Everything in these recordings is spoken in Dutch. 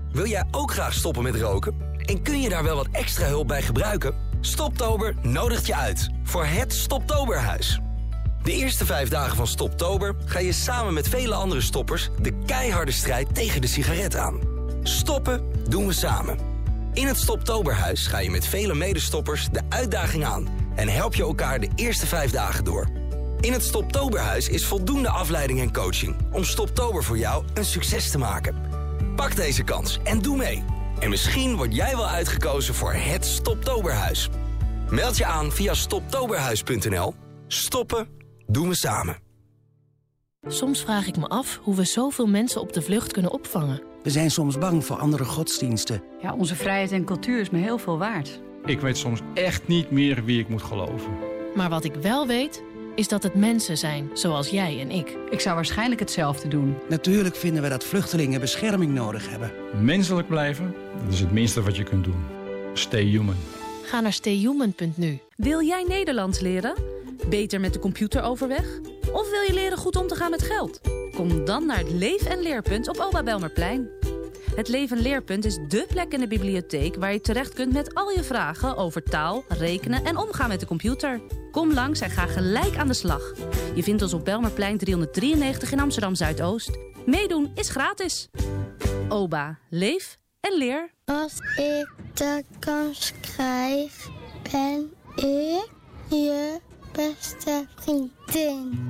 Wil jij ook graag stoppen met roken? En kun je daar wel wat extra hulp bij gebruiken? Stoptober nodigt je uit voor het Stoptoberhuis. De eerste 5 dagen van Stoptober ga je samen met vele andere stoppers de keiharde strijd tegen de sigaret aan. Stoppen doen we samen. In het Stoptoberhuis ga je met vele medestoppers de uitdaging aan en help je elkaar de eerste 5 dagen door. In het Stoptoberhuis is voldoende afleiding en coaching om Stoptober voor jou een succes te maken. Pak deze kans en doe mee. En misschien word jij wel uitgekozen voor het Stoptoberhuis. Meld je aan via stoptoberhuis.nl. Stoppen doen we samen. Soms vraag ik me af hoe we zoveel mensen op de vlucht kunnen opvangen. We zijn soms bang voor andere godsdiensten. Ja, onze vrijheid en cultuur is me heel veel waard. Ik weet soms echt niet meer wie ik moet geloven. Maar wat ik wel weet, is dat het mensen zijn, zoals jij en ik. Ik zou waarschijnlijk hetzelfde doen. Natuurlijk vinden we dat vluchtelingen bescherming nodig hebben. Menselijk blijven, dat is het minste wat je kunt doen. Stay human. Ga naar stayhuman.nu. Wil jij Nederlands leren? Beter met de computer overweg? Of wil je leren goed om te gaan met geld? Kom dan naar het Leef- en Leerpunt op Oba Belmerplein. Het Leef- en Leerpunt is dé plek in de bibliotheek waar je terecht kunt met al je vragen over taal, rekenen en omgaan met de computer. Kom langs en ga gelijk aan de slag. Je vindt ons op Belmerplein 393 in Amsterdam-Zuidoost. Meedoen is gratis. Oba, leef en leer. Als ik de kans krijg, ben ik je beste vriendin.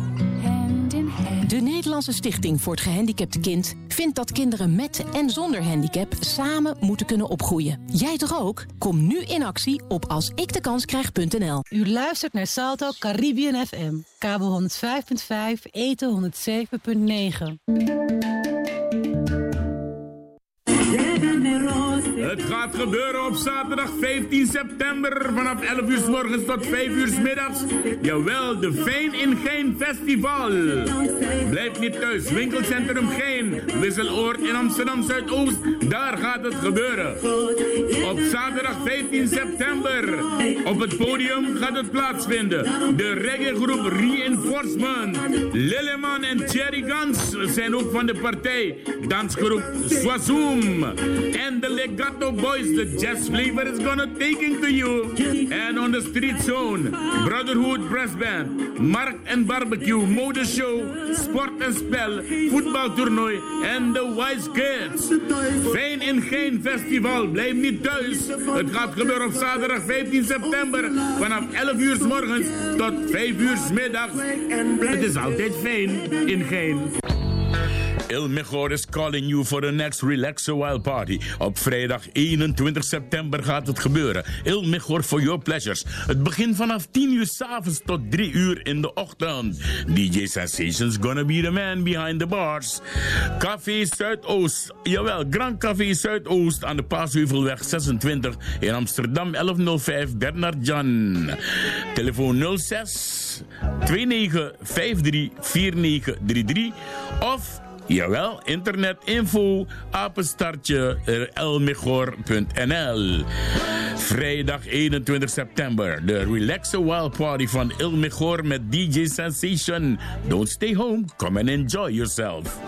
De Nederlandse Stichting voor het Gehandicapte Kind vindt dat kinderen met en zonder handicap samen moeten kunnen opgroeien. Jij toch ook? Kom nu in actie op alsikdekanskrijg.nl. U luistert naar Salto Caribbean FM. Kabel 105.5, eten 107.9. Het gaat gebeuren op zaterdag 15 september vanaf 11 uur 's morgens tot 5 uur 's middags. Jawel, de Fijn in Geen Festival. Blijf niet thuis, winkelcentrum Geen, Wisseloord in Amsterdam Zuidoost. Daar gaat het gebeuren. Op zaterdag 15 september. Op het podium gaat het plaatsvinden. De reggaegroep Reinforcement. Lilleman en Thierry Gans zijn ook van de partij. Dansgroep Swazoom. En de Legato Boys, the jazz flavor is gonna taking to you. And on the street zone, Brotherhood Brass Band, Markt en Barbecue, modeshow, sport en spel, voetbaltoernooi en The Wise Kids. Fijn in Geen Festival, blijf niet thuis. Het gaat gebeuren op zaterdag 15 september vanaf 11 uur 's morgens tot 5 uur 's middags. Het is altijd fijn in Geen. Il Mejor is calling you for the next Relax a While party. Op vrijdag 21 september gaat het gebeuren. Il Mejor for your pleasures. Het begint vanaf 10 uur 's avonds tot 3 uur in de ochtend. DJ Sensation's gonna be the man behind the bars. Café Zuidoost. Jawel, Grand Café Zuidoost aan de Paasheuvelweg 26 in Amsterdam 1105 Bernard Jan. Telefoon 06 29 53 4933 of jawel, internetinfo, apenstartje, elmejor.nl. Vrijdag 21 september, de Relax a While Party van Il Mejor met DJ Sensation. Don't stay home, come and enjoy yourself.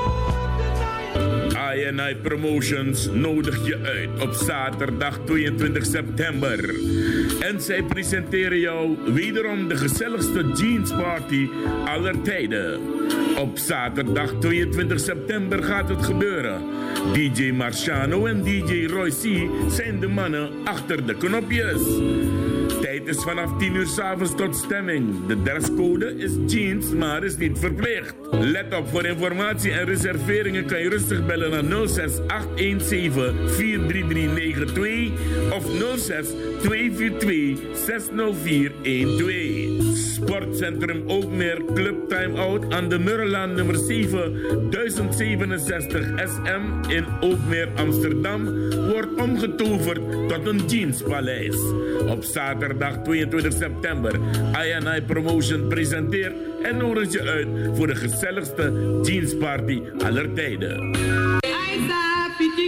I&I Promotions nodig je uit op zaterdag 22 september. En zij presenteren jou wederom de gezelligste jeans party aller tijden. Op zaterdag 22 september gaat het gebeuren. DJ Marciano en DJ Roy C. zijn de mannen achter de knopjes. Tijd is vanaf 10 uur 's avonds tot stemming. De dresscode is jeans, maar is niet verplicht. Let op, voor informatie en reserveringen kan je rustig bellen naar 06 817 43392 of 06 242 60412. Sportcentrum Ookmeer Club Time Out aan de Murrelaan nummer 7 1067 SM in Ookmeer, Amsterdam wordt omgetoverd tot een jeanspaleis. Op zaterdag 22 september I&I Promotion presenteert en nodigt je uit voor de gezelligste jeansparty aller tijden.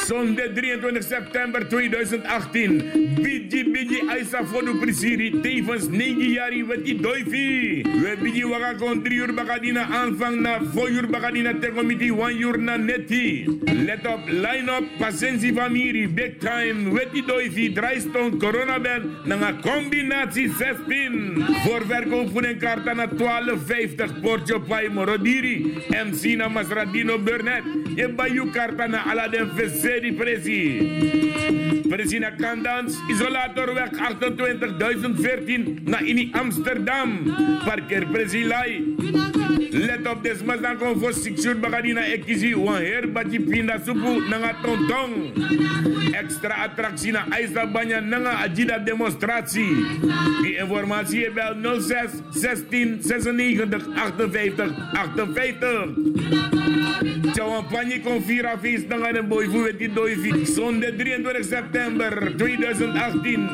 Zondag 23 september 2018. Bidji Aisa Fodu Prisiri. Tevens 9 jaar met die doifi. We bidji waka kon 3 uur bakadina aanvang na 4 uur bakadina tegomiti 1 uur na neti. Let op, line up, pasensi famiri, big time. Met die doifi, draaistone, coronaband. Na een combinatie 16. Voor verkoop voor een kaart na 12,50. Portje Pai Morodiri. MC na Masradino Burnett. Je bayu kaart na Aladdin Vesedi Presi. Presi na Kandans. Isolatorweg 28.014 na Ini Amsterdam. Parkeer Presi Lai. Let op des mas dan kon voor 6 uur bagadina ekizi. Wan her bati pinda supu nanga tontong. Extra attractie na Aisa Banya nanga ajida demonstratie. Die informatie je bel 06 16 96 58 58. Tjouwan panji kon 4 afis nanga de boy voor met die doifi. Zondag 23 september 2018.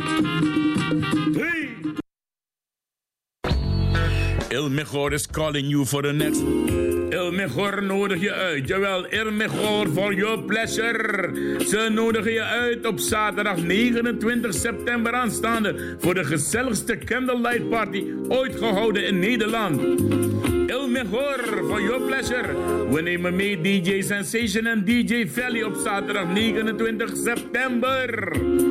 Hey! El Mejor is calling you for the next. El Mejor nodig je uit. Jawel, El Mejor for your pleasure. Ze nodigen je uit op zaterdag 29 september aanstaande voor de gezelligste candlelight party ooit gehouden in Nederland. El Mejor for your pleasure. We nemen mee DJ Sensation en DJ Valley op zaterdag 29 september.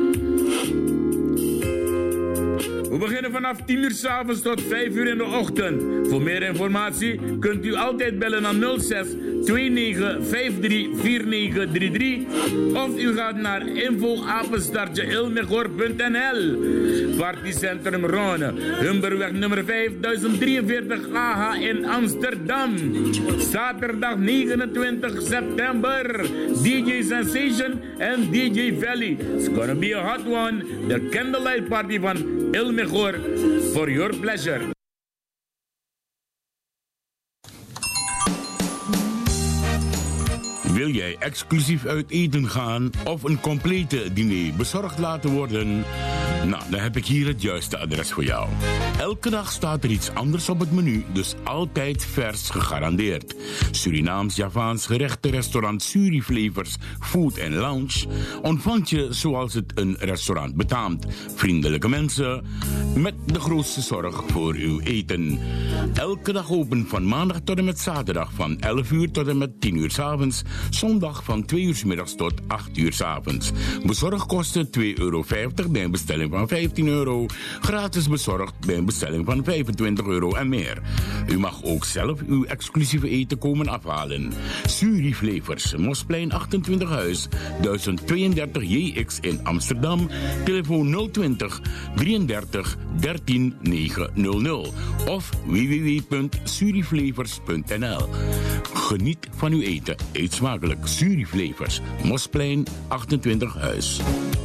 We beginnen vanaf 10 uur 's avonds tot 5 uur in de ochtend. Voor meer informatie kunt u altijd bellen naar 06 29 53 4933 of u gaat naar info@elmejor.nl. Partycentrum Rone, Humberweg nummer 5043 AH in Amsterdam. Zaterdag 29 september. DJ Sensation en DJ Valley. It's gonna be a hot one. De candlelight party van El Mejor for your pleasure. Wil jij exclusief uit eten gaan of een complete diner bezorgd laten worden? Nou, dan heb ik hier het juiste adres voor jou. Elke dag staat er iets anders op het menu, dus altijd vers gegarandeerd. Surinaams-Javaans gerechten restaurant Suriflavors Food and Lounge ontvangt je zoals het een restaurant betaamt. Vriendelijke mensen met de grootste zorg voor uw eten. Elke dag open van maandag tot en met zaterdag van 11 uur tot en met 10 uur 's avonds. Zondag van 2 uur 's middags tot 8 uur 's avonds. Bezorgkosten €2,50 bij een bestelling van €15. Gratis bezorgd bij een bestelling van €25 en meer. U mag ook zelf uw exclusieve eten komen afhalen. Suriflavors, Mosplein 28 Huis, 1032 JX in Amsterdam. Telefoon 020 33 13 900 of www.suriflavors.nl. Geniet van uw eten. Eet smakelijk. Suriflavors, Mosplein 28 Huis.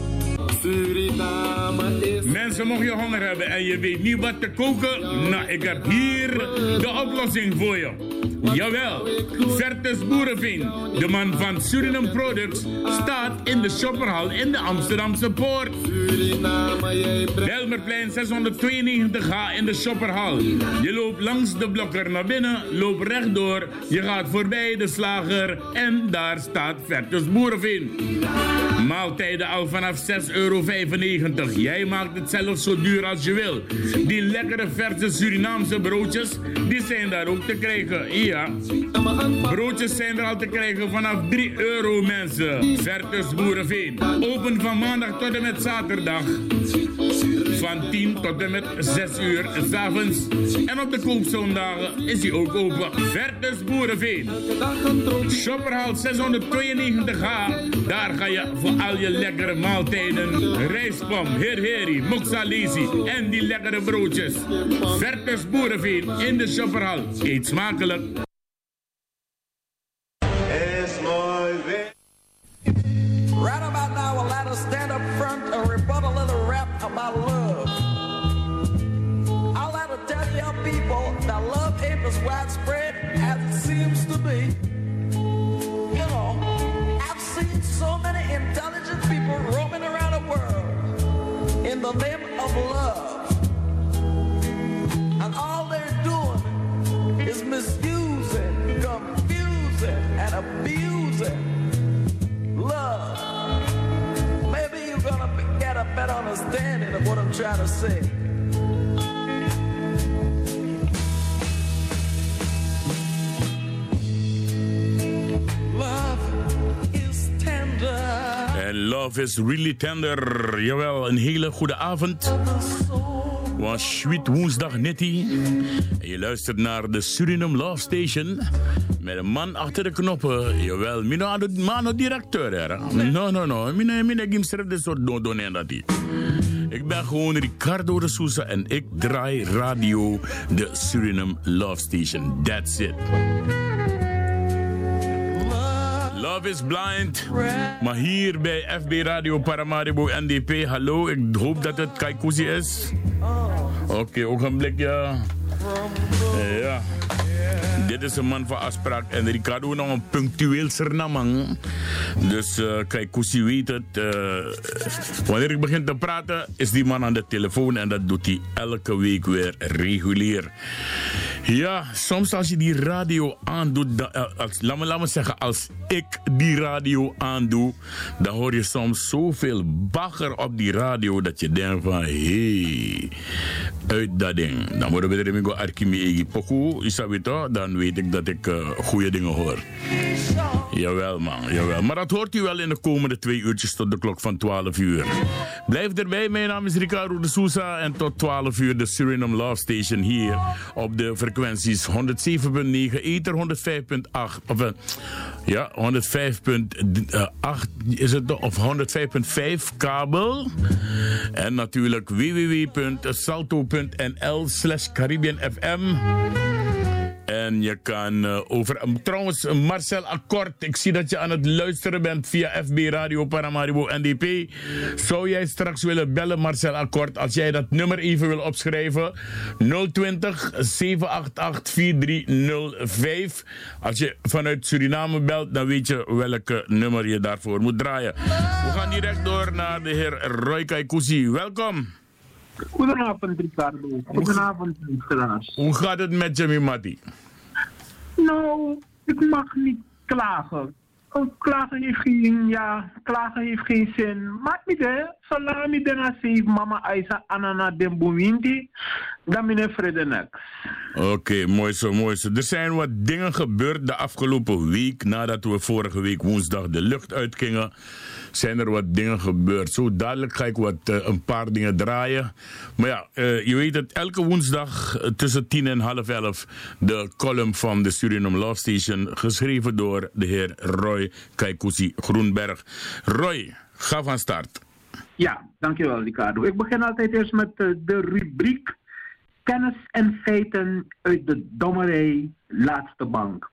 Mensen, mocht je honger hebben en je weet niet wat te koken, nou, ik heb hier de oplossing voor je. Jawel, Vertes Boerenveen, de man van Suriname Products, staat in de shopperhal in de Amsterdamse Poort. Belmerplein 692H in de shopperhal. Je loopt langs de blokker naar binnen, loopt rechtdoor, je gaat voorbij de slager en daar staat Vertes Boerenveen. Maaltijden al vanaf €6,95. Jij maakt het zelf zo duur als je wil. Die lekkere verse Surinaamse broodjes, die zijn daar ook te krijgen. Ja, broodjes zijn er al te krijgen vanaf €3 mensen. Vertes Boerenveen. Open van maandag tot en met zaterdag. Van 10 tot en met 6 uur 's avonds. En op de koopzondagen is hij ook open. Vertes Boerenveen. Shopperhal 692H. Daar ga je voor al je lekkere maaltijden. Rijstpom, herheri, moxalesi en die lekkere broodjes. Vertes Boerenveen in de shopperhal. Eet smakelijk. Right about now, I'll let us stand up front and rebut a little rap about love. I'll let her tell you people that love ain't as widespread as it seems to be. You know, I've seen so many intelligent people roaming around the world in the name of love. And all they're doing is misusing, confusing, and abusing love. try to say. Love is really tender. Jawel, een hele goede avond. Was Sweet Woensdag Nettie. En je luistert naar de Suriname Love Station. Met een man achter de knoppen. Jawel, mano directeur. No. Mine gimstref de soort dodo en dat die. Ik ben gewoon Ricardo de Souza en ik draai radio de Suriname Love Station. That's it. Love is blind. Maar hier bij FB Radio Paramaribo NDP. Hallo, ik hoop dat het Kaikousi is. Oké, ogenblik, ja. Ja. Dit is een man van afspraak. En Ricardo nog een punctueel Sernamang. Dus Kaikousi weet het. Wanneer ik begin te praten, is die man aan de telefoon. En dat doet hij elke week weer regulier. Ja, soms als je die radio aandoet, laat me zeggen, als ik die radio aandoe, dan hoor je soms zoveel bagger op die radio dat je denkt van, hé, uit dat ding. Dan worden we er een Arkimi Poku, dan weet ik dat ik goede dingen hoor. Jawel man, jawel. Maar dat hoort u wel in de komende 2 uurtjes tot de klok van 12 uur. Blijf erbij, mijn naam is Ricardo de Souza en tot 12 uur de Suriname Love Station hier op de frequenties 107.9, ether 105.8, of ja, 105.8 is het, of 105.5 kabel. En natuurlijk www.salto.nl/CaribbeanFM. En je kan trouwens, Marcel Akkoord, ik zie dat je aan het luisteren bent via FB Radio Paramaribo NDP. Zou jij straks willen bellen, Marcel Akkoord, als jij dat nummer even wil opschrijven? 020 788 4305. Als je vanuit Suriname belt, dan weet je welke nummer je daarvoor moet draaien. We gaan direct door naar de heer Roy Kaikousi. Welkom. Goedenavond, Ricardo. Goedenavond, luisteraars. Hoe gaat het met je, Mimati? Nou, ik mag niet klagen. Klagen heeft geen zin. Maar niet hè. Zolang ik daarna zie mama Aisa Anana Dembowinti, dan ben ik vrede niks. Oké, mooi zo, mooi zo. Er zijn wat dingen gebeurd de afgelopen week, nadat we vorige week woensdag de lucht uitgingen. Zijn er wat dingen gebeurd. Zo dadelijk ga ik een paar dingen draaien. Maar ja, je weet het, elke woensdag tussen 10 en half 11 de column van de Suriname Love Station, geschreven door de heer Roy Kaikousi Groenberg. Roy, ga van start. Ja, dankjewel Ricardo. Ik begin altijd eerst met de rubriek Kennis en feiten uit de dommerij Laatste Bank.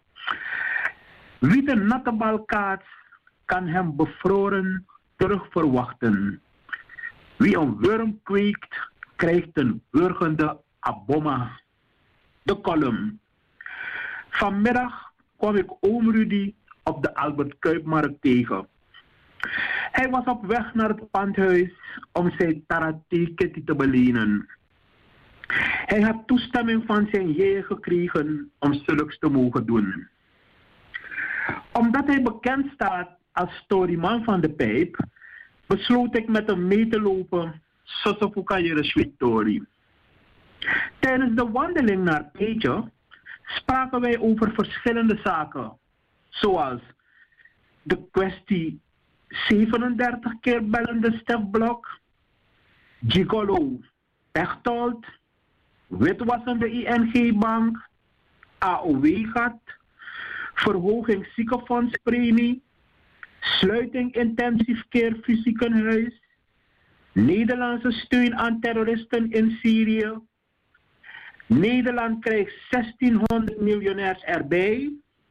Wie de natte bal kaatst, kan hem bevroren terugverwachten. Wie een worm kweekt, krijgt een wurgende abomma. De column. Vanmiddag kwam ik oom Rudy op de Albert Kuipmarkt tegen. Hij was op weg naar het pandhuis om zijn Tarate-kitty te belenen. Hij had toestemming van zijn heer gekregen om zulks te mogen doen. Omdat hij bekend staat als storyman van de pijp, besloot ik met hem mee te lopen, Sosofuka Victorie. Tijdens de wandeling naar Peetje spraken wij over verschillende zaken, zoals de kwestie 37 keer bellende Stefblok, Gigolo, Pechtold, witwassende ING-bank, AOW-gat, verhoging ziekenfondspremie, sluiting intensief care ziekenhuis, Nederlandse steun aan terroristen in Syrië, Nederland krijgt 1600 miljonairs erbij,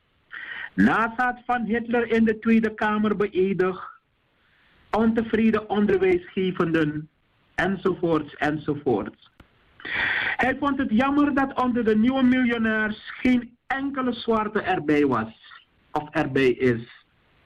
nazaat van Hitler in de Tweede Kamer beëdigd, ontevreden onderwijsgevenden, enzovoorts, enzovoorts. Hij vond het jammer dat onder de nieuwe miljonairs geen enkele zwarte erbij was, of erbij is.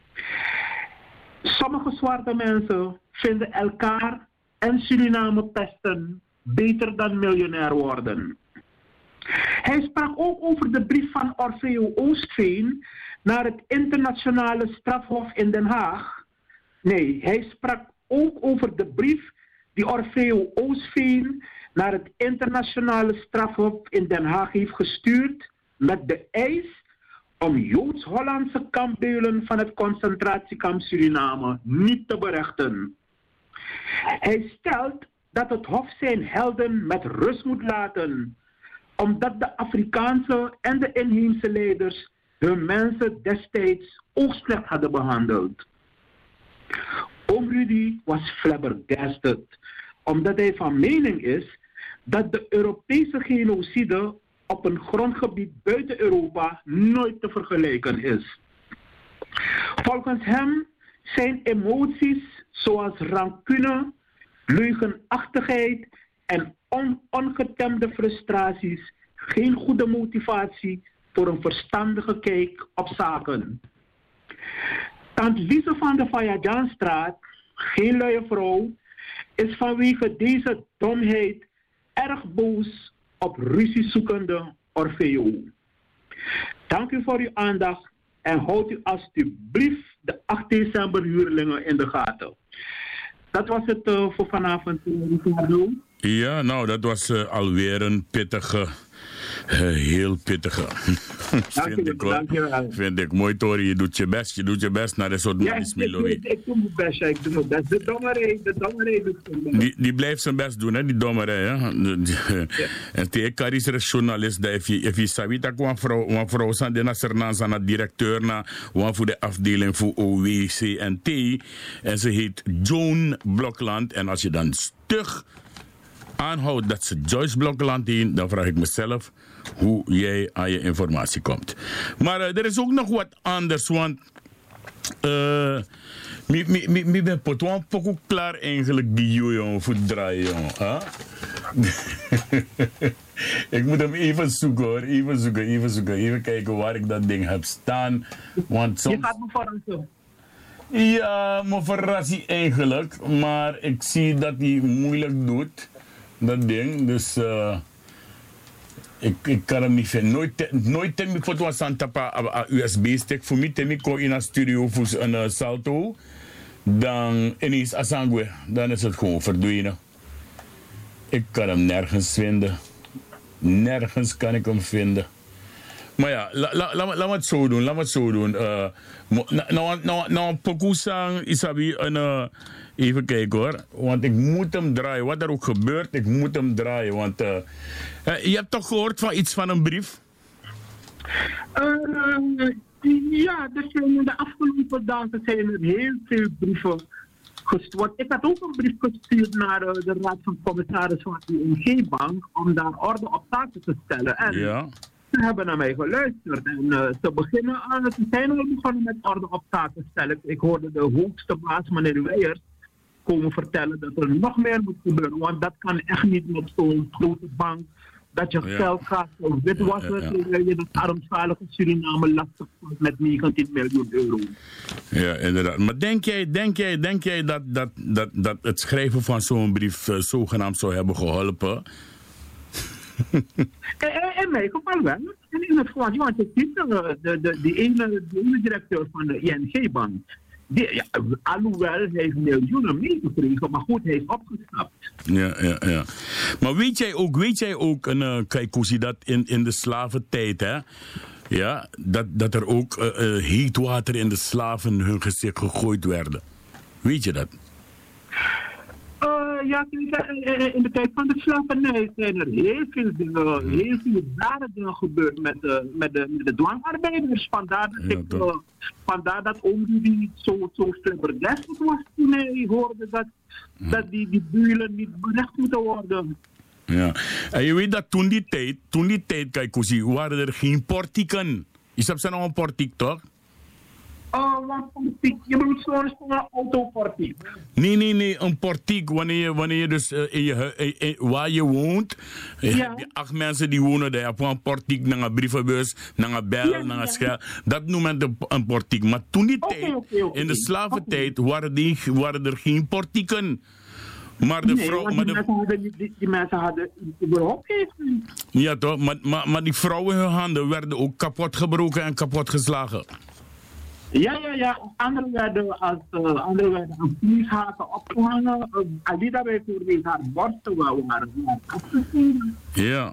Sommige zwarte mensen vinden elkaar en Suriname pesten beter dan miljonair worden. Hij sprak ook over de brief van Orfeo Oostveen naar het internationale strafhof in Den Haag. Nee, hij sprak ook over de brief die Orfeo Oostveen naar het internationale strafhof in Den Haag heeft gestuurd met de eis om Joods-Hollandse kampdelen van het concentratiekamp Suriname niet te berechten. Hij stelt dat het Hof zijn helden met rust moet laten, omdat de Afrikaanse en de inheemse leiders hun mensen destijds ook slecht hadden behandeld. Oom Rudy was flabbergasted, omdat hij van mening is dat de Europese genocide op een grondgebied buiten Europa nooit te vergelijken is. Volgens hem zijn emoties zoals rancune, leugenachtigheid en ongetemde frustraties geen goede motivatie voor een verstandige kijk op zaken. Tant Lize van de Vajajanstraat, geen luie vrouw, is vanwege deze domheid erg boos op ruziezoekende Orfeo. Dank u voor uw aandacht en houd u alstublieft de 8 december huurlingen in de gaten. Dat was het voor vanavond, Ricardo. Ja, nou, dat was alweer een pittige, heel pittige. Vind ik mooi, Tori. Je doet je best naar de soort Louis. Ik doe mijn best, ik doe mijn best. De dommerij doet zijn best. Die blijft zijn best doen, hè, die dommerij. En tegen Carisere journalist, dat if je sabi dat een vrouw zijn de nasernans aan de directeur voor de afdeling voor OWCNT. En ze heet Joan Blokland. En als je dan stug aanhoudt dat ze Joyce Blokland heet, dan vraag ik mezelf hoe jij aan je informatie komt. Maar er is ook nog wat anders, want ik ben potwan poco klaar eigenlijk die jongen voor draaien, jongen. Ik moet hem even zoeken hoor, even kijken waar ik dat ding heb staan. Want soms... Je gaat me verrassen. Ja, me verrassie eigenlijk, maar ik zie dat hij moeilijk doet. Dat ding, dus ik kan hem niet vinden. Nooit heb ik voor het tapa USB-stick. Voor mij heb ik in een studio voor een salto. Dan ineens asangwe, dan is het gewoon verdwenen. Ik kan hem nergens vinden. Nergens kan ik hem vinden. Maar ja, laat me het zo doen. Nou, Pokusang Isabi even kijken hoor. Want ik moet hem draaien. Wat er ook gebeurt, ik moet hem draaien. Want je hebt toch gehoord van iets van een brief? Ja, er zijn de afgelopen dagen zijn er heel veel brieven gestuurd. Ik had ook een brief gestuurd naar de Raad van Commissarissen van de ING-bank om daar orde op zaken te stellen. En ze hebben naar mij geluisterd en ze zijn al begonnen met orde op zaken stellen. Ik hoorde de hoogste baas, meneer Weijers, komen vertellen dat er nog meer moet gebeuren. Want dat kan echt niet met zo'n grote bank. Dat je geld gaat witwassen, terwijl je dat armzalige Suriname lastig valt met 19 miljoen euro. Ja, inderdaad. Maar denk jij dat het schrijven van zo'n brief zogenaamd zou hebben geholpen? In mijn geval wel. En in het geval, want je ziet de ene directeur van de ING-bank. Alhoewel, hij heeft miljoenen meegekregen, maar goed, hij is opgestapt. Ja. Maar weet jij ook Kaikousi, dat in de slaventijd, hè? Ja, dat er ook heet water in de slaven hun gezicht gegooid werden. Weet je dat? Ja, in de tijd van de slavernij zijn er heel veel rare dingen gebeurd met de dwangarbeiders. Vandaar dat oom die zo flabbergasted was toen hij hoorde dat die buren niet berecht moeten worden. Ja, en je weet dat toen die tijd, Kaikousi, waren er geen portieken. Je hebt ze nog een portiek, toch? Je bedoelt zo'n autoportiek? Nee, een portiek. Wanneer je dus waar je woont, heb je 8 mensen die wonen daar. Op een portiek, naar een brievenbus, naar een bel, naar een schel. Dat noemen we een portiek. Maar toen die tijd, in de slaventijd, waren er geen portieken. Maar de vrouw... Die mensen hadden überhaupt geen. Ja toch, maar die vrouwen hun handen werden ook kapot gebroken en kapot geslagen. Ja. Anderen werden als vlieshaken opgehangen. Alida bijvoorbeeld haar borsten waren afgesneden. Ja.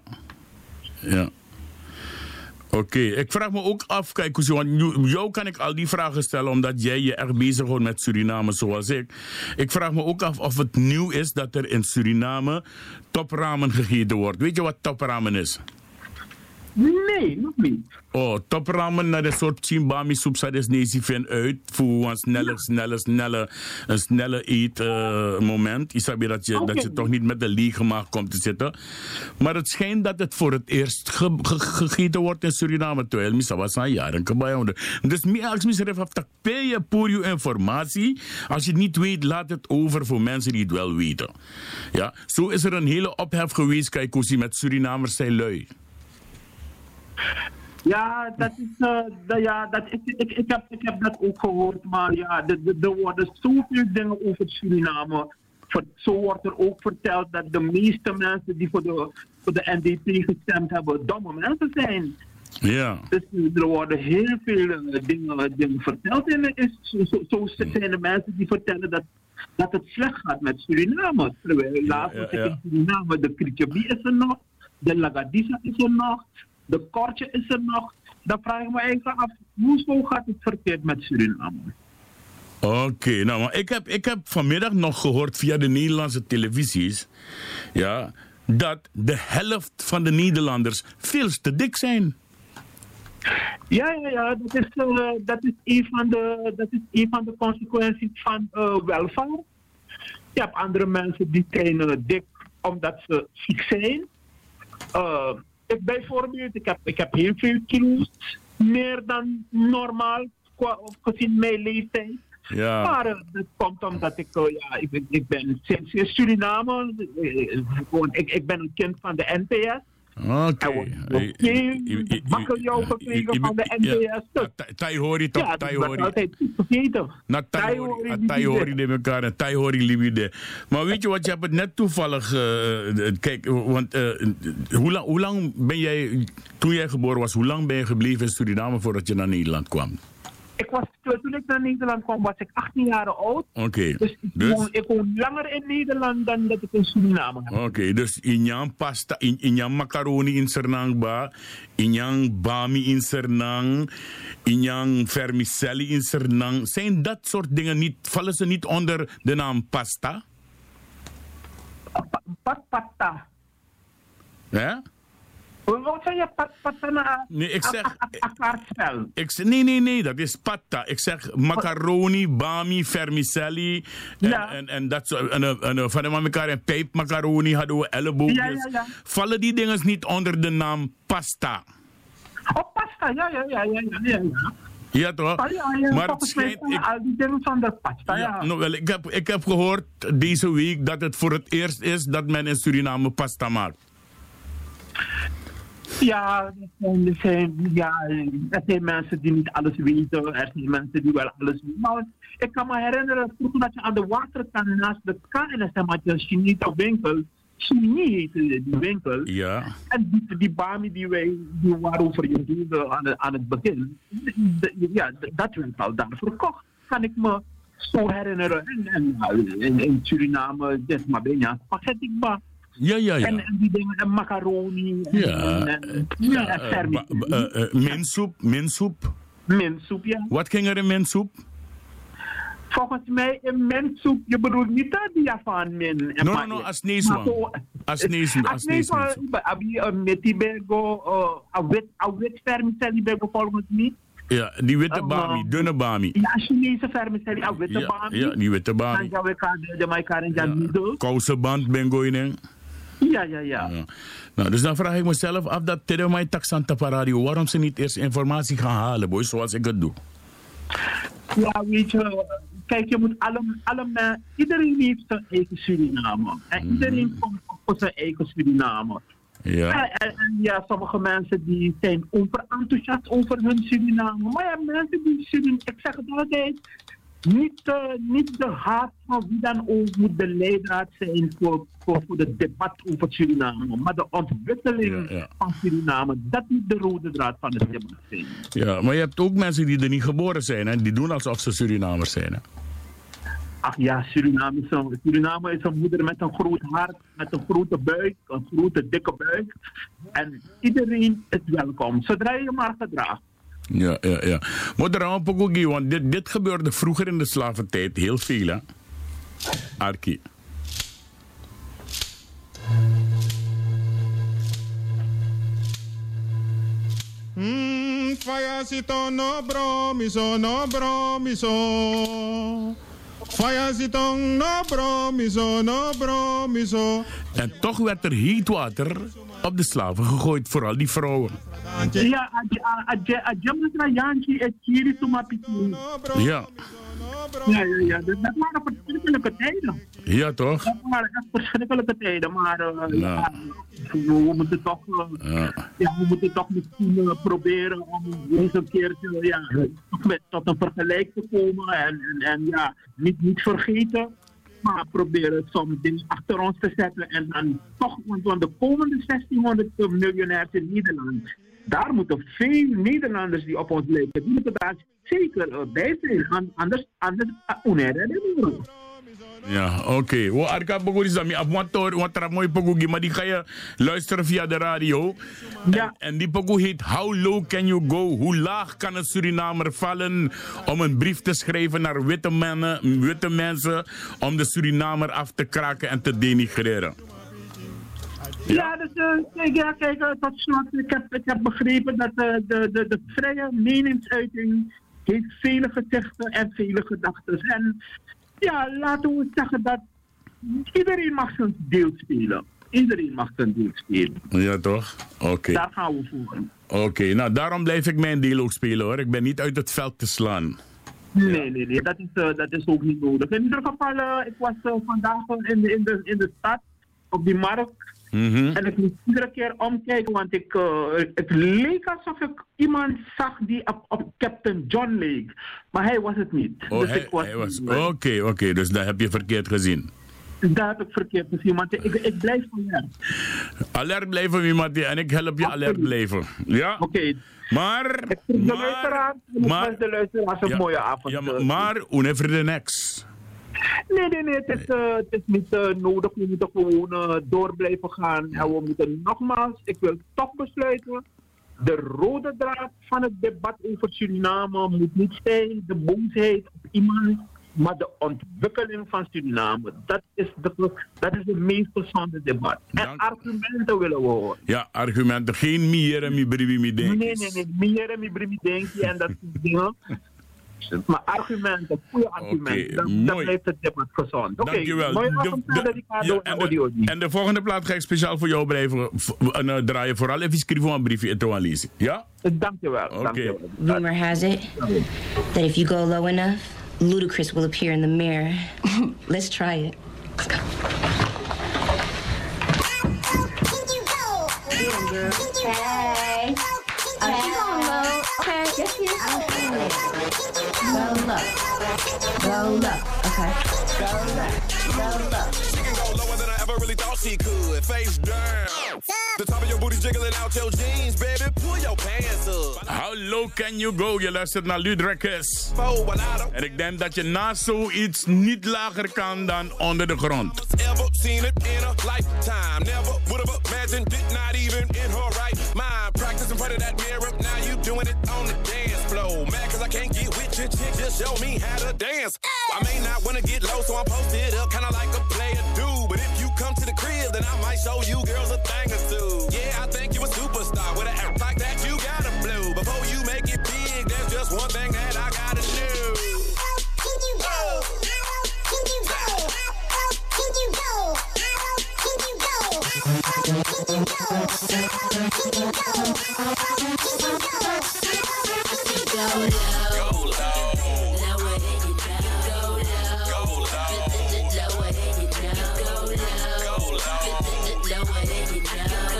Oké, ik vraag me ook af, kijk, want jou kan ik al die vragen stellen omdat jij je echt bezighoudt met Suriname zoals ik. Ik vraag me ook af of het nieuw is dat er in Suriname topramen gegeten wordt. Weet je wat topramen is? Nee, nog niet. Oh, topramen naar de soort chimbami soep dat is nezi vind uit voor een snelle eet moment. Je sabi dat je toch niet met de lege maag komt te zitten. Maar het schijnt dat het voor het eerst gegeten wordt in Suriname. Terwijl misschien was een jaar een dus als je even voor je informatie. Als je het niet weet, laat het over voor mensen die het wel weten. Ja, zo is er een hele ophef geweest, kijk, met Surinamers zijn lui. Ja, ik heb dat ook gehoord, maar ja, er worden zoveel dingen over Suriname. Zo wordt er ook verteld dat de meeste mensen die voor de NDP gestemd hebben, domme mensen zijn. Ja. Dus er worden heel veel dingen verteld. Zo zijn de mensen die vertellen dat het slecht gaat met Suriname. Terwijl laatst was ik in Suriname, de Krietjebi is er nog, de Lagadisa is er nog. De kortje is er nog. Dan vraag ik me eigenlijk af, hoezo gaat het verkeerd met Suriname? Oké, nou, maar ik heb vanmiddag nog gehoord via de Nederlandse televisies, ja, dat de helft van de Nederlanders veel te dik zijn. Ja, dat is een van de consequenties van welvaart. Je hebt andere mensen die zijn dik omdat ze ziek zijn. Ik bijvoorbeeld, ik heb heel veel kilo's, meer dan normaal, gezien mijn leeftijd. Ja. Maar dat komt omdat ik ben sinds Suriname, ik ben een kind van de NPS. Oké. Bakkeljauw gekregen van de NPS. Tij hoor je toch? Ja, dat is altijd vergeten. Tij hoor je de elkaar en tij hoor je liefde. Maar weet je wat, je hebt het net toevallig, kijk, want hoe lang ben jij, toen jij geboren was, hoe lang ben je gebleven in Suriname voordat je naar Nederland kwam? Toen ik naar Nederland kwam, was ik 18 jaar oud. Oké. Dus ik woon langer in Nederland dan dat ik in Suriname heb. Oké, dus in jouw pasta, in jouw macaroni in Sernang, in jouw bami in Sernang, in jouw vermicelli in Sernang. Zijn dat soort dingen niet, vallen ze niet onder de naam pasta? Pasta. Ja? Wat zei je, pasta? Nee, ik zeg... Nee, dat is patta. Ik zeg macaroni, bami, vermicelli. En dat soort... En van elkaar een pijpmacaroni hadden we, elleboogjes. Ja. Vallen die dingen niet onder de naam pasta? Oh, pasta, ja. Ja, toch? Ja. Maar het schijnt... al die dingen van de pasta, ja. Nou, wel, ik heb gehoord deze week dat het voor het eerst is dat men in Suriname pasta maakt. Ja, er zijn mensen die niet alles weten. Er zijn mensen die wel alles weten. Maar ik kan me herinneren, vroeger dat je aan de waterkant naast de KNSM had je een Chinese winkel. Chini heette die winkel. Ja. En die bami die waarover je doelde aan het begin, dat werd al daar verkocht. Kan ik me zo herinneren. En in Suriname, dit maar bijna spaghetti ba. Ja. En die dingen, en macaroni. Minsoep. Minsoep, ja. Wat ging er in minsoep? Volgens mij in minsoep, je bedoelt niet dat die van min. No, als neeswang. Als neeswang. Abi een metibego, een wit vermicelli bego volgens mij. Ja, die witte bami, dunne bami. Ja, Chinese vermicelli, een witte bami. Ja, die witte bami. Dan gaan we Kousenband ben gooien. Ja. Nou, dus dan vraag ik mezelf af dat Tedemai Taxanta Radio, waarom ze niet eerst informatie gaan halen, boy, zoals ik het doe. Ja, weet je, kijk, je moet iedereen heeft zijn eigen Suriname. En iedereen komt op zijn eigen Suriname. Ja. En ja, sommige mensen die zijn overenthousiast over hun Suriname. Maar ja, mensen die Suriname, ik zeg het altijd, niet de haat van wie dan ook moet de leidraad zijn voor het debat over Suriname. Maar de ontwikkeling van Suriname, dat moet de rode draad van het debat zijn. Ja, maar je hebt ook mensen die er niet geboren zijn en die doen alsof ze Surinamers zijn. Hè? Ach ja, Suriname is een moeder met een groot hart, met een grote buik, een grote dikke buik. En iedereen is welkom, zodra je maar gedraagt. Ja. Maar daarom Pokogi, want dit gebeurde vroeger in de slaventijd heel veel, hè? Arki. Fire sit on no bromiso, no bromiso. Fire sit on no bromiso, no bromiso. En toch werd er heetwater op de slaven gegooid, vooral die vrouwen. Ja, ja. Ja, dat waren verschrikkelijke tijden. Ja, toch? Dat waren echt verschrikkelijke tijden, maar we moeten toch, we moeten toch misschien proberen om eens een keertje tot een vergelijk te komen en niet vergeten, maar proberen soms dingen achter ons te zetten en dan toch, want de komende 1600 miljonairs in Nederland, daar moeten veel Nederlanders die op ons lijken, die moeten daar zeker bij zijn, anders onherden. Ja, oké. Wo arka pokogi sami wat er mooi pokogi, maar die ga je luisteren via de radio. Ja. En die pokogi heet How Low Can You Go? Hoe laag kan een Surinamer vallen om een brief te schrijven naar witte mensen om de Surinamer af te kraken en te denigreren? Ja, dus kijk, tot slot, ik heb begrepen dat de vrije meningsuiting heeft vele gezichten en vele gedachten. En ja, laten we zeggen dat iedereen mag zijn deel spelen. Iedereen mag zijn deel spelen. Ja, toch? Oké. Daar gaan we voor. Oké, nou daarom blijf ik mijn deel ook spelen, hoor. Ik ben niet uit het veld te slaan. Nee, dat is ook niet nodig. In ieder geval, ik was vandaag in de stad, op die markt. En ik moest iedere keer omkijken, want het leek alsof ik iemand zag die op Captain John leek. Maar hij was het niet. Oh, dus hij was. Oké, dus dat heb je verkeerd gezien. Dat heb ik verkeerd gezien, want ik blijf alert. Alert blijven, iemand, en ik help je alert blijven. Ja? Oké. Maar de luisteraars een mooie avond. Ja, maar never the next. Nee, het is niet nodig. We moeten gewoon door blijven gaan. En we moeten nogmaals, ik wil toch besluiten, de rode draad van het debat over Suriname moet niet zijn de boosheid op iemand, maar de ontwikkeling van Suriname. Dat is het meest gezonde debat. En argumenten willen we horen. Ja, argumenten. Geen meer en mi bribi mi denki. Nee. Meer en mi bribi denki en dat soort dingen. Maar argumenten, goede argumenten, dan blijft het debat gezond. Dankjewel. En de volgende plaat ga ik speciaal voor jou blijven draaien. Vooral even schrijven een briefje in Toanlisi. Ja? Dankjewel. Rumor has it that if you go low enough, Ludacris will appear in the mirror. Let's try it. Let's go. Hey. Keep going low. Okay. Yes, Go low. Okay. Go low. She can go lower than I ever really thought she could. Face down. The top of your booty jiggling out your jeans, baby. Pull your pants up. How low can you go? Je luistert naar Ludacris. En ik denk dat je na zoiets niet lager kan dan onder de grond. Ever seen it in a lifetime? Never would have imagined it, not even in her right mind. Practice in front of that mirror, now you doing it on the dance floor. Mad cause I can't get with your chick, just show me how to dance. I may not wanna get low, so I'm posted up, kinda like a player do. But if you come to the crib, then I might show you girls a thing or two. Yeah, I think you a superstar, with an act like that you gotta blow. Before you make it big, there's just one thing that I gotta do.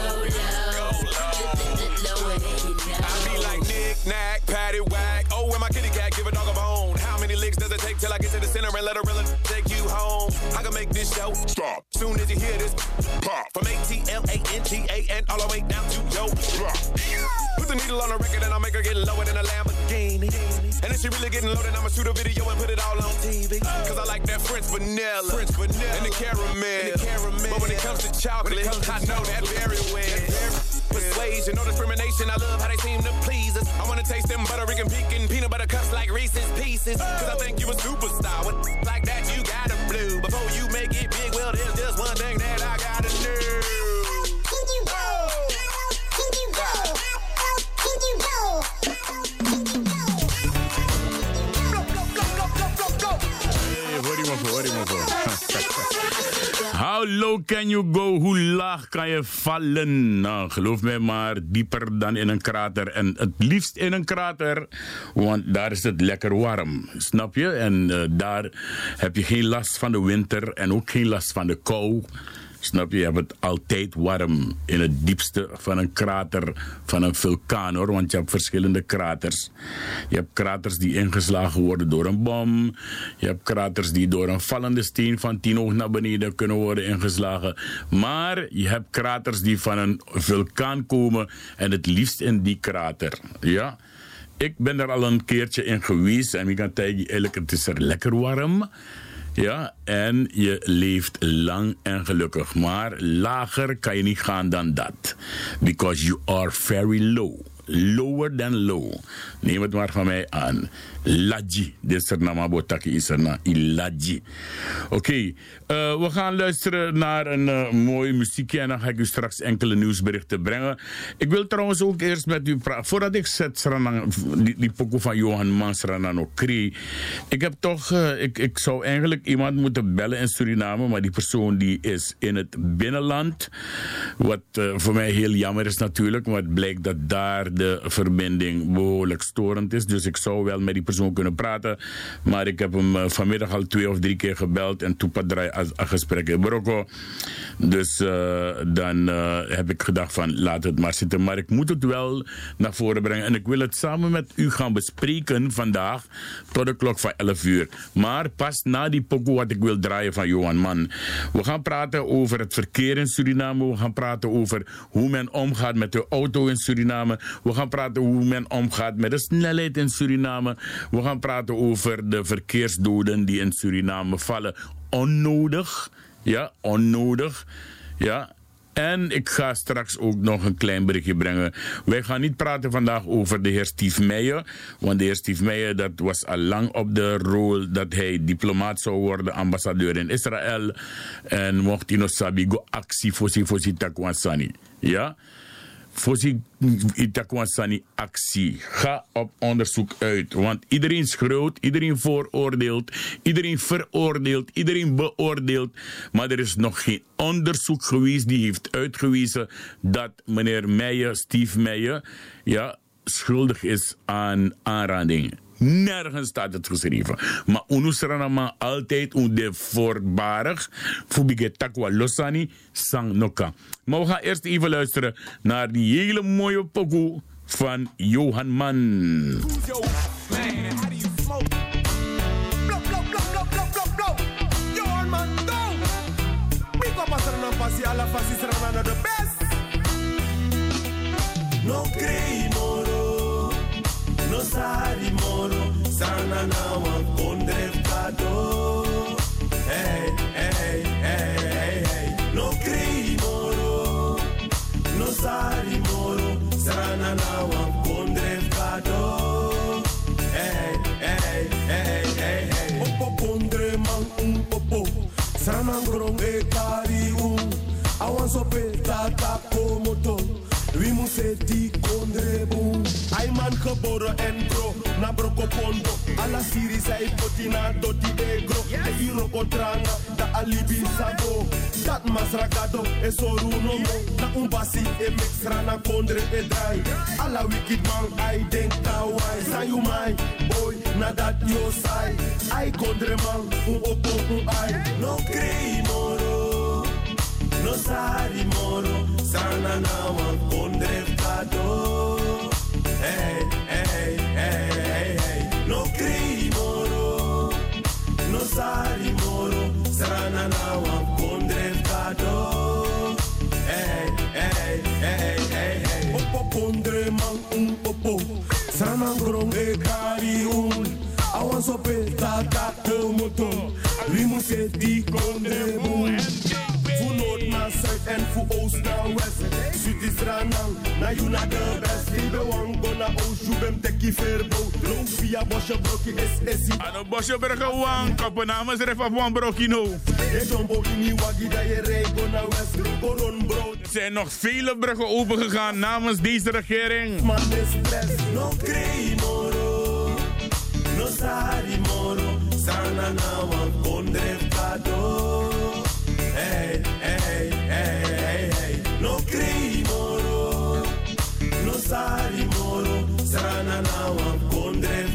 Patty whack. Oh, and my wait till I get to the center and let her really take you home. I can make this show stop soon as you hear this pop. From ATLANTA and all the way down to yo drop. Put the needle on the record and I'll make her get lower than a Lamborghini. And if she really getting low, then I'ma shoot a video and put it all on TV. Cause I like that French vanilla, and the caramel. But when it comes to chocolate, I know that very well. Persuasion, no discrimination. I love how they seem to please us. I wanna taste them butter, Rican pecan, peanut butter cups like Reese's Pieces. Cause I think you a superstar. With like that, you gotta blue. Before you make it big, well, there's just one thing that I gotta do. How low can you go? Hoe laag kan je vallen? Nou, geloof mij maar, dieper dan in een krater. En het liefst in een krater, want daar is het lekker warm. Snap je? En daar heb je geen last van de winter en ook geen last van de kou. Snap je? Je hebt het altijd warm in het diepste van een krater, van een vulkaan hoor. Want je hebt verschillende kraters. Je hebt kraters die ingeslagen worden door een bom. Je hebt kraters die door een vallende steen van 10 hoog naar beneden kunnen worden ingeslagen. Maar je hebt kraters die van een vulkaan komen en het liefst in die krater. Ja? Ik ben er al een keertje in geweest en ik kan tegen je eerlijk, het is er lekker warm. Ja, en je leeft lang en gelukkig. Maar lager kan je niet gaan dan dat. Because you are very low. Lower than low. Neem het maar van mij aan. Ladji. Dit is er na Botaki is er na Iladji. Oké, we gaan luisteren naar een mooi muziekje en dan ga ik u straks enkele nieuwsberichten brengen. Ik wil trouwens ook eerst met u praten. Voordat ik zet die pokoe van Johan Mansranano Cree. Ik heb toch, ik zou eigenlijk iemand moeten bellen in Suriname, maar die persoon die is in het binnenland. Wat voor mij heel jammer is natuurlijk, want het blijkt dat daar de verbinding behoorlijk storend is. Dus ik zou wel met die persoon kunnen praten. Maar ik heb hem vanmiddag al 2 of 3 keer gebeld en toen draai een gesprek in Brokko. Dus dan heb ik gedacht van laat het maar zitten. Maar ik moet het wel naar voren brengen. En ik wil het samen met u gaan bespreken vandaag tot de klok van 11 uur. Maar pas na die pokoe wat ik wil draaien van Johan Mann. We gaan praten over het verkeer in Suriname. We gaan praten over hoe men omgaat met de auto in Suriname. We gaan praten hoe men omgaat met de snelheid in Suriname. We gaan praten over de verkeersdoden die in Suriname vallen. Onnodig. Ja, onnodig. Ja. En ik ga straks ook nog een klein berichtje brengen. Wij gaan niet praten vandaag over de heer Steve Meijer. Want de heer Steve Meijer, dat was al lang op de rol dat hij diplomaat zou worden, ambassadeur in Israël. En mocht hij nog sabigo actie voor Takwansani. Ja? Fosi Itakwansani actie. Ga op onderzoek uit. Want iedereen schreeuwt, iedereen vooroordeelt, iedereen veroordeelt, iedereen beoordeelt. Maar er is nog geen onderzoek geweest die heeft uitgewezen dat meneer Meijer, Steve Meijer, ja, schuldig is aan aanranding. Nergens staat het geschreven. Maar unusranama altijd de voorbarig. Fubige takwa losani sang noka. Maar we gaan eerst even luisteren naar die hele mooie pokoe van Johan Mann. No crei moro, no sari moro, sana na wan kondrevkado. Hey, hey, hey, hey, hey. No crei moro, no sari moro, sana na wan kondrevkado. Hey, hey, hey, hey, hey. Opo kondre man popo, sana grong e kari awan sope tata komoto. We moet die kondreboom. Hij man geboren en gro, na brokopondo. Alla siri zei potina doti egro. De hiro kotranga, da alibi sago. Dat masrakado, e soru no mo. Na umbasi e mixra na kondre e dai. Alla wicked man, I denk kawai. Say you my boy, na dat yo sai. I kondre man, opo ai. No crei moro, no sari moro. Sana na wan kondrevkado. Hey, hey, hey, hey, hey. No crei moro, popo. Sanang grong e kari un. Awan sope tata komoto. Rimu se di konde boom. Voor Noord naar Zuid en voor Oost naar West. Zuid is Ranang, na you na de best. Ibe wango na Oost, you bem teki verbo. Long via Bosje Brokkie is essie. Ano Bosje Brokkie wang, kappen namens ref af wan Brokkie no. Je jumbo ini wagi da je rego na West. Koron bro. Er zijn nog vele bruggen opengegaan namens deze regering. Man is stress, no krei moro. No sari moro. Sana na wan kondref kado. Hey, hey, hey, hey, hey. No crei moro, no sari moro, sana na wan kondref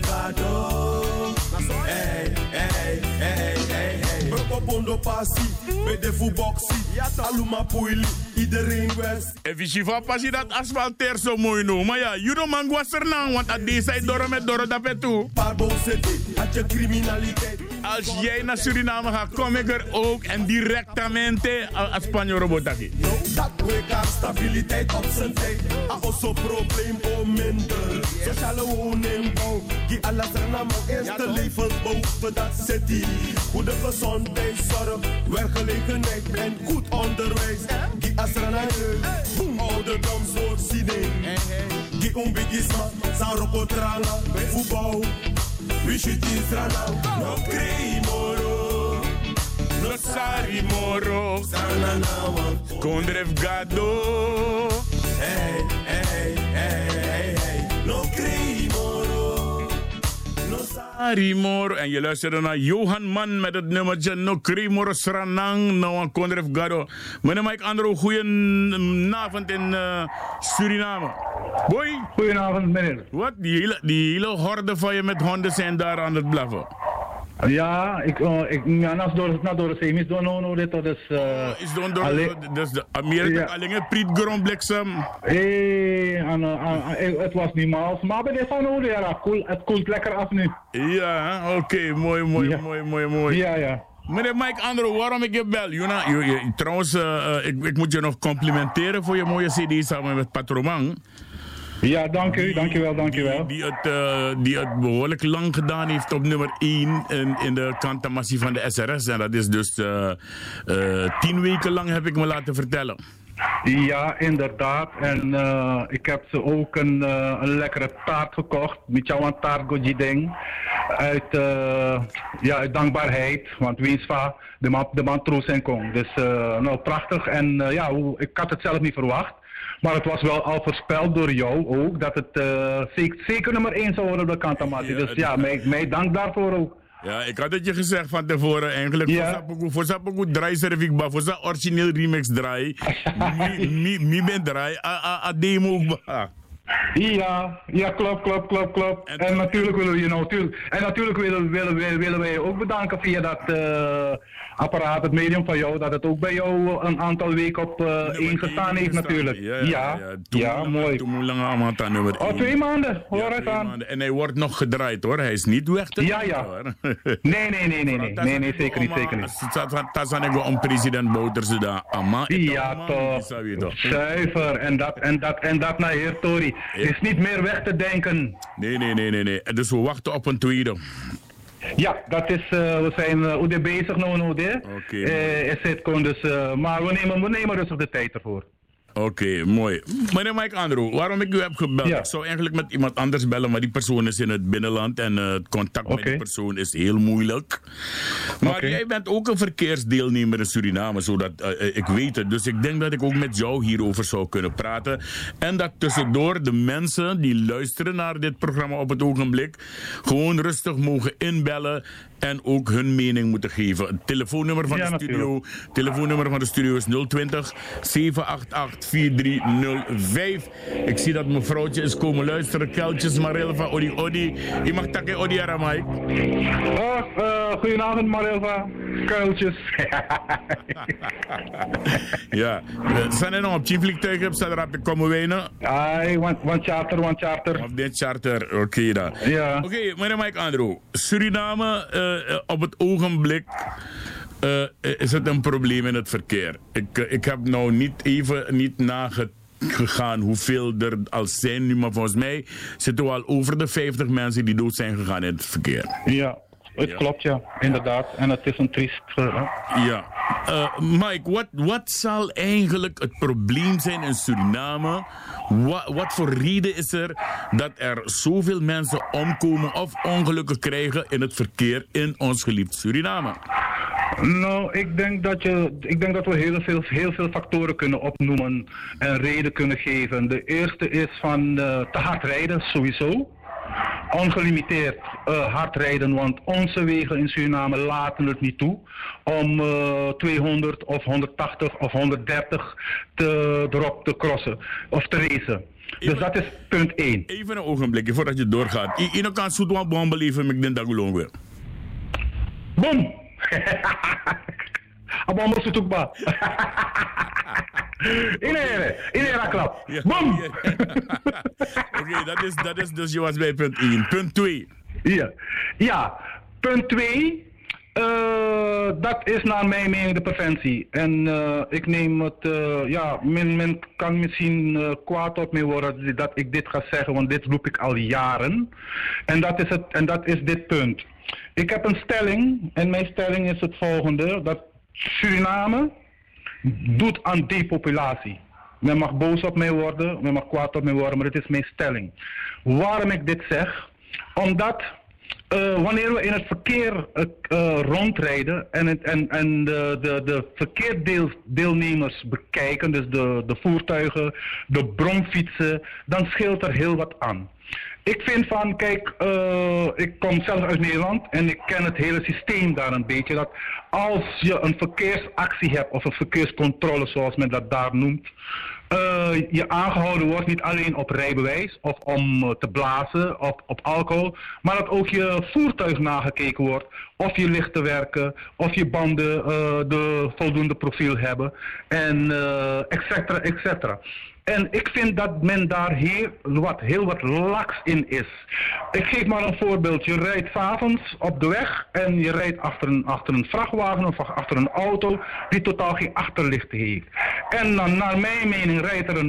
kado. Hey, hey, hey, hey, hey. Propondo passi, bede fu boxi, aluma puili, iedereen west. Even shiva passi dat asfalteer zo mooi no, maar ja, you don't man was er nou, want at deze tijd door met door dat toe. Parbo city, had je criminaliteit. Als jij naar Suriname gaat, kom ik er ook en directamente als Spanjo robotaki. Dat weka stabiliteit op zijn tijd. Also probleem om minder. Sociale woningbouw. Die alles er naar mijn eerste levens boven dat city. Goede gezondheidszorg, werkgelegenheid en goed onderwijs. Die als er naar je ouderdomsvoorziening. Die onbegisma, zijn rokotrala, voetbal. We should is Ranang, no crei moro, no sari moro, sana na wan kondref gado. Hey, hey, hey, hey, hey, no crei moro, no sari moro. En je luisterde naar Johan Man met het nummertje No crei moro Sranang, no wan kondref gado. Meneer Mike Andro, goedenavond in Suriname. Boy. Goedenavond, meneer. Wat? Die hele horde van je met honden zijn daar aan het blaffen. Ja, nas door de semis doen dit dat is. Is door de Amerika alleen het priet grond bliksem. Het was niet maals, maar bij de van ja, het koelt lekker af nu. Ja, oké, mooi. Ja. Meneer Mike Andro, waarom ik je bel? Trouwens, ik moet je nog complimenteren voor je mooie CD samen met Patroman. Ja, dankjewel. Die het behoorlijk lang gedaan heeft op nummer 1 in de kantamassie van de SRS. En dat is dus 10 weken lang, heb ik me laten vertellen. Ja, inderdaad. En ik heb ze ook een lekkere taart gekocht. Michawan taart Gojideng. Uit dankbaarheid. Want Winsva, de man troos en kon. Dus prachtig. En ik had het zelf niet verwacht. Maar het was wel al voorspeld door jou ook. Dat het zeker nummer 1 zou worden op de kantamassie. Dus mij dank daarvoor ook. Ja, ik had het je gezegd van tevoren eigenlijk. Ja. Voor dat ook draai serviek ba, voor dat origineel remix draai. Mi ben draai, a demo ook ba. Ja, klopt. En natuurlijk willen wij je ook bedanken via dat apparaat, het medium van jou, dat het ook bij jou een aantal weken op 1 gestaan heeft natuurlijk. Ja, mooi. Toen lang allemaal aan nummer 1. 2 maanden, hoor het aan. En hij wordt nog gedraaid hoor, hij is niet weg te hoor. Nee, zeker niet. Dat zijn ik om president Bouterse daar. Ja, toch. Zuiver. En dat naar Heer Tori. Is niet meer weg te denken. Nee. Dus we wachten op een tweede. Ja, dat is, we zijn bezig nu. Maar we nemen rustig de tijd ervoor. Oké, mooi. Meneer Mike Andro, waarom ik u heb gebeld? Ja. Ik zou eigenlijk met iemand anders bellen, maar die persoon is in het binnenland en het contact met die persoon is heel moeilijk. Maar jij bent ook een verkeersdeelnemer in Suriname, zodat ik weet het. Dus ik denk dat ik ook met jou hierover zou kunnen praten. En dat tussendoor de mensen die luisteren naar dit programma op het ogenblik gewoon rustig mogen inbellen en ook hun mening moeten geven. Het telefoonnummer van de studio is 020 788 4305. Ik zie dat mevrouwtje is komen luisteren. Keltjes Marilva, Odi. Je mag takken Odi Aramai. Goedenavond Marilva. Kuiltjes. Ja. Zijn er nog op vliegtuig hebt, staat er op komen wenen? One charter. Of dit charter, oké dan. Ja. Oké, meneer Mike Andro. Suriname op het ogenblik is het een probleem in het verkeer. Ik heb nou niet gegaan hoeveel er al zijn nu. Maar volgens mij zitten we al over de 50 mensen die dood zijn gegaan in het verkeer. Ja, het klopt ja, inderdaad. En het is een triest verhaal. Ja. Mike, wat zal eigenlijk het probleem zijn in Suriname? Wat voor reden is er dat er zoveel mensen omkomen of ongelukken krijgen in het verkeer in ons geliefd Suriname? Nou, ik denk dat we heel veel factoren kunnen opnoemen en reden kunnen geven. De eerste is van te hard rijden, sowieso. Ongelimiteerd hard rijden, want onze wegen in Suriname laten het niet toe om 200 of 180 of 130 erop te crossen of te racen. Dus dat is punt 1. Even een ogenblikje voordat je doorgaat. Je kan zo'n wat bom beleven met den dagulong weer. Boom! Abang masuk ook ba? Ini klap. Boom! Oké, dat is dus je was bij punt 1. Punt 2. Ja, punt 2. Dat is naar mijn mening de preventie. En ik neem het, men kan misschien kwaad op me worden dat ik dit ga zeggen, want dit roep ik al jaren. En dat is dit punt. Ik heb een stelling en mijn stelling is het volgende, dat Suriname doet aan depopulatie. Men mag boos op mij worden, men mag kwaad op mij worden, maar dit is mijn stelling. Waarom ik dit zeg? Omdat wanneer we in het verkeer rondrijden en de verkeerdeelnemers bekijken, dus de voertuigen, de bromfietsen, dan scheelt er heel wat aan. Ik vind van, kijk, ik kom zelf uit Nederland en ik ken het hele systeem daar een beetje. Dat als je een verkeersactie hebt of een verkeerscontrole zoals men dat daar noemt, je aangehouden wordt niet alleen op rijbewijs of om te blazen op alcohol, maar dat ook je voertuig nagekeken wordt, of je lichten werken, of je banden de voldoende profiel hebben en et cetera, et cetera. En ik vind dat men daar heel wat laks in is. Ik geef maar een voorbeeld. Je rijdt 's avonds op de weg en je rijdt achter een vrachtwagen of achter een auto die totaal geen achterlichten heeft. En dan, naar mijn mening rijdt er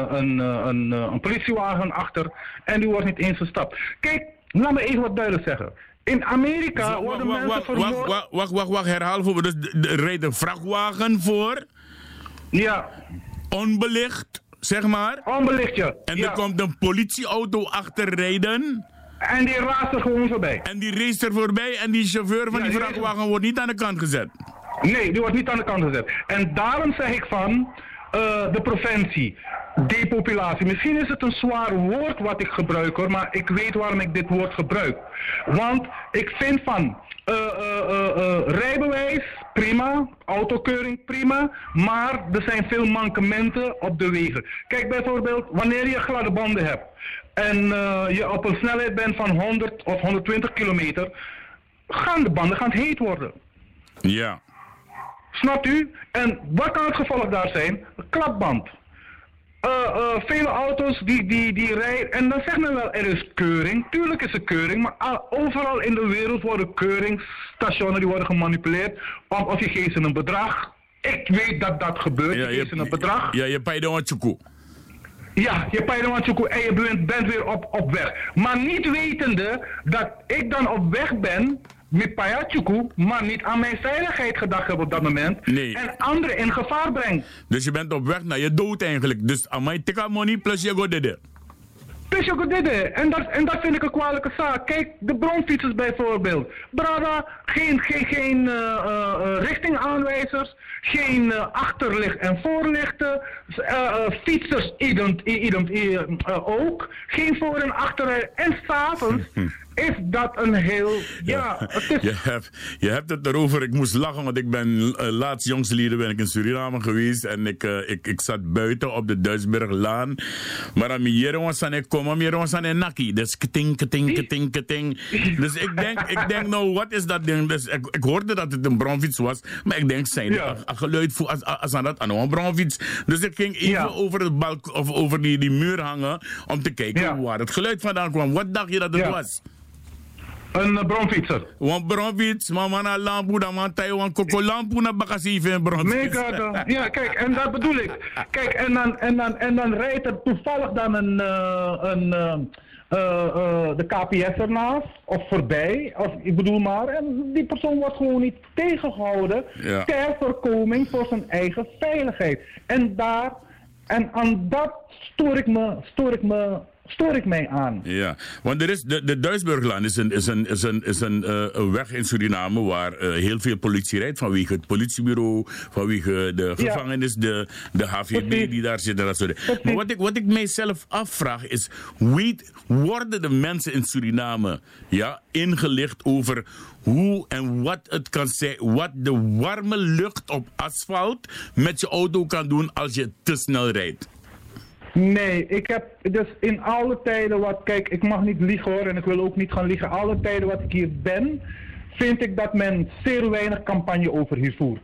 een politiewagen achter en die wordt niet eens gestapt. Kijk, laat me even wat duidelijk zeggen. In Amerika worden mensen vermoord... Wacht, herhaal voor me. Dus er rijdt een vrachtwagen voor? Ja. Onbelicht? Zeg maar. Onbelicht, ja. En er komt een politieauto achter rijden. En die raast er gewoon voorbij. En die race er voorbij en die chauffeur van die vrachtwagen wordt niet aan de kant gezet. Nee, die wordt niet aan de kant gezet. En daarom zeg ik van de preventie, depopulatie. Misschien is het een zwaar woord wat ik gebruik hoor, maar ik weet waarom ik dit woord gebruik. Want ik vind van rijbewijs, prima, autokeuring, prima, maar er zijn veel mankementen op de wegen. Kijk bijvoorbeeld, wanneer je gladde banden hebt en je op een snelheid bent van 100 of 120 kilometer, gaan de banden heet worden. Ja. Snapt u? En wat kan het gevolg daar zijn? Een klapband. Vele auto's die rijden, en dan zegt men wel, er is keuring. Tuurlijk is er keuring, maar overal in de wereld worden keuringsstationen die worden gemanipuleerd. Of je geeft ze een bedrag. Ik weet dat dat gebeurt, je geeft ze een bedrag. Ja, je payt dan wat. Ja, je payt dan wat en je bent weer op weg. Maar niet wetende dat ik dan op weg ben met Payachuku, maar niet aan mijn veiligheid gedacht heb op dat moment. Nee. En anderen in gevaar brengt. Dus je bent op weg naar je dood eigenlijk. Dus aan mij tikka money plus je go dede. Dus je go dede. En dat vind ik een kwalijke zaak. Kijk, de bromfietsers bijvoorbeeld. Brada, geen richtingaanwijzers, geen achterlicht en voorlichten. Fietsers ook. Geen voor- en achterrijden. En s'avonds is dat een heel... Ja, het is... Je hebt het erover. Ik moest lachen, want ik ben laatst jongstleden ben ik in Suriname geweest. En ik zat buiten op de Duisburglaan. Maar aan mijn was aan ik kom, aan was aan naki. Dus keting. Dus ik denk nou, wat is dat ding? Dus ik hoorde dat het een bromfiets was. Maar ik denk, zijn een geluid voor als aan dat aan een bromfiets. Dus ik ging even over het balk of over die muur hangen om te kijken waar het geluid vandaan kwam. Wat dacht je dat het was? Een bromfietser. Een bromfiets, maar man lampu, dan man Taiwan koko lampu na bakasief in bromfiets. Nee, ja, kijk, en dat bedoel ik. Kijk, en dan rijdt er toevallig dan de KPS ernaast, of voorbij, of ik bedoel maar, en die persoon wordt gewoon niet tegengehouden ter voorkoming voor zijn eigen veiligheid. En aan dat stoor ik mij aan. Ja, want er is de Duitsburglaan is een weg in Suriname waar heel veel politie rijdt vanwege het politiebureau, vanwege de gevangenis, de HVB die daar zit en dat soort dingen. Maar wat ik mijzelf afvraag is, worden de mensen in Suriname ingelicht over hoe en wat het kan zijn, wat de warme lucht op asfalt met je auto kan doen als je te snel rijdt? Nee, ik heb dus in alle tijden kijk, ik mag niet liegen hoor en ik wil ook niet gaan liegen. Alle tijden wat ik hier ben, vind ik dat men zeer weinig campagne over hier voert.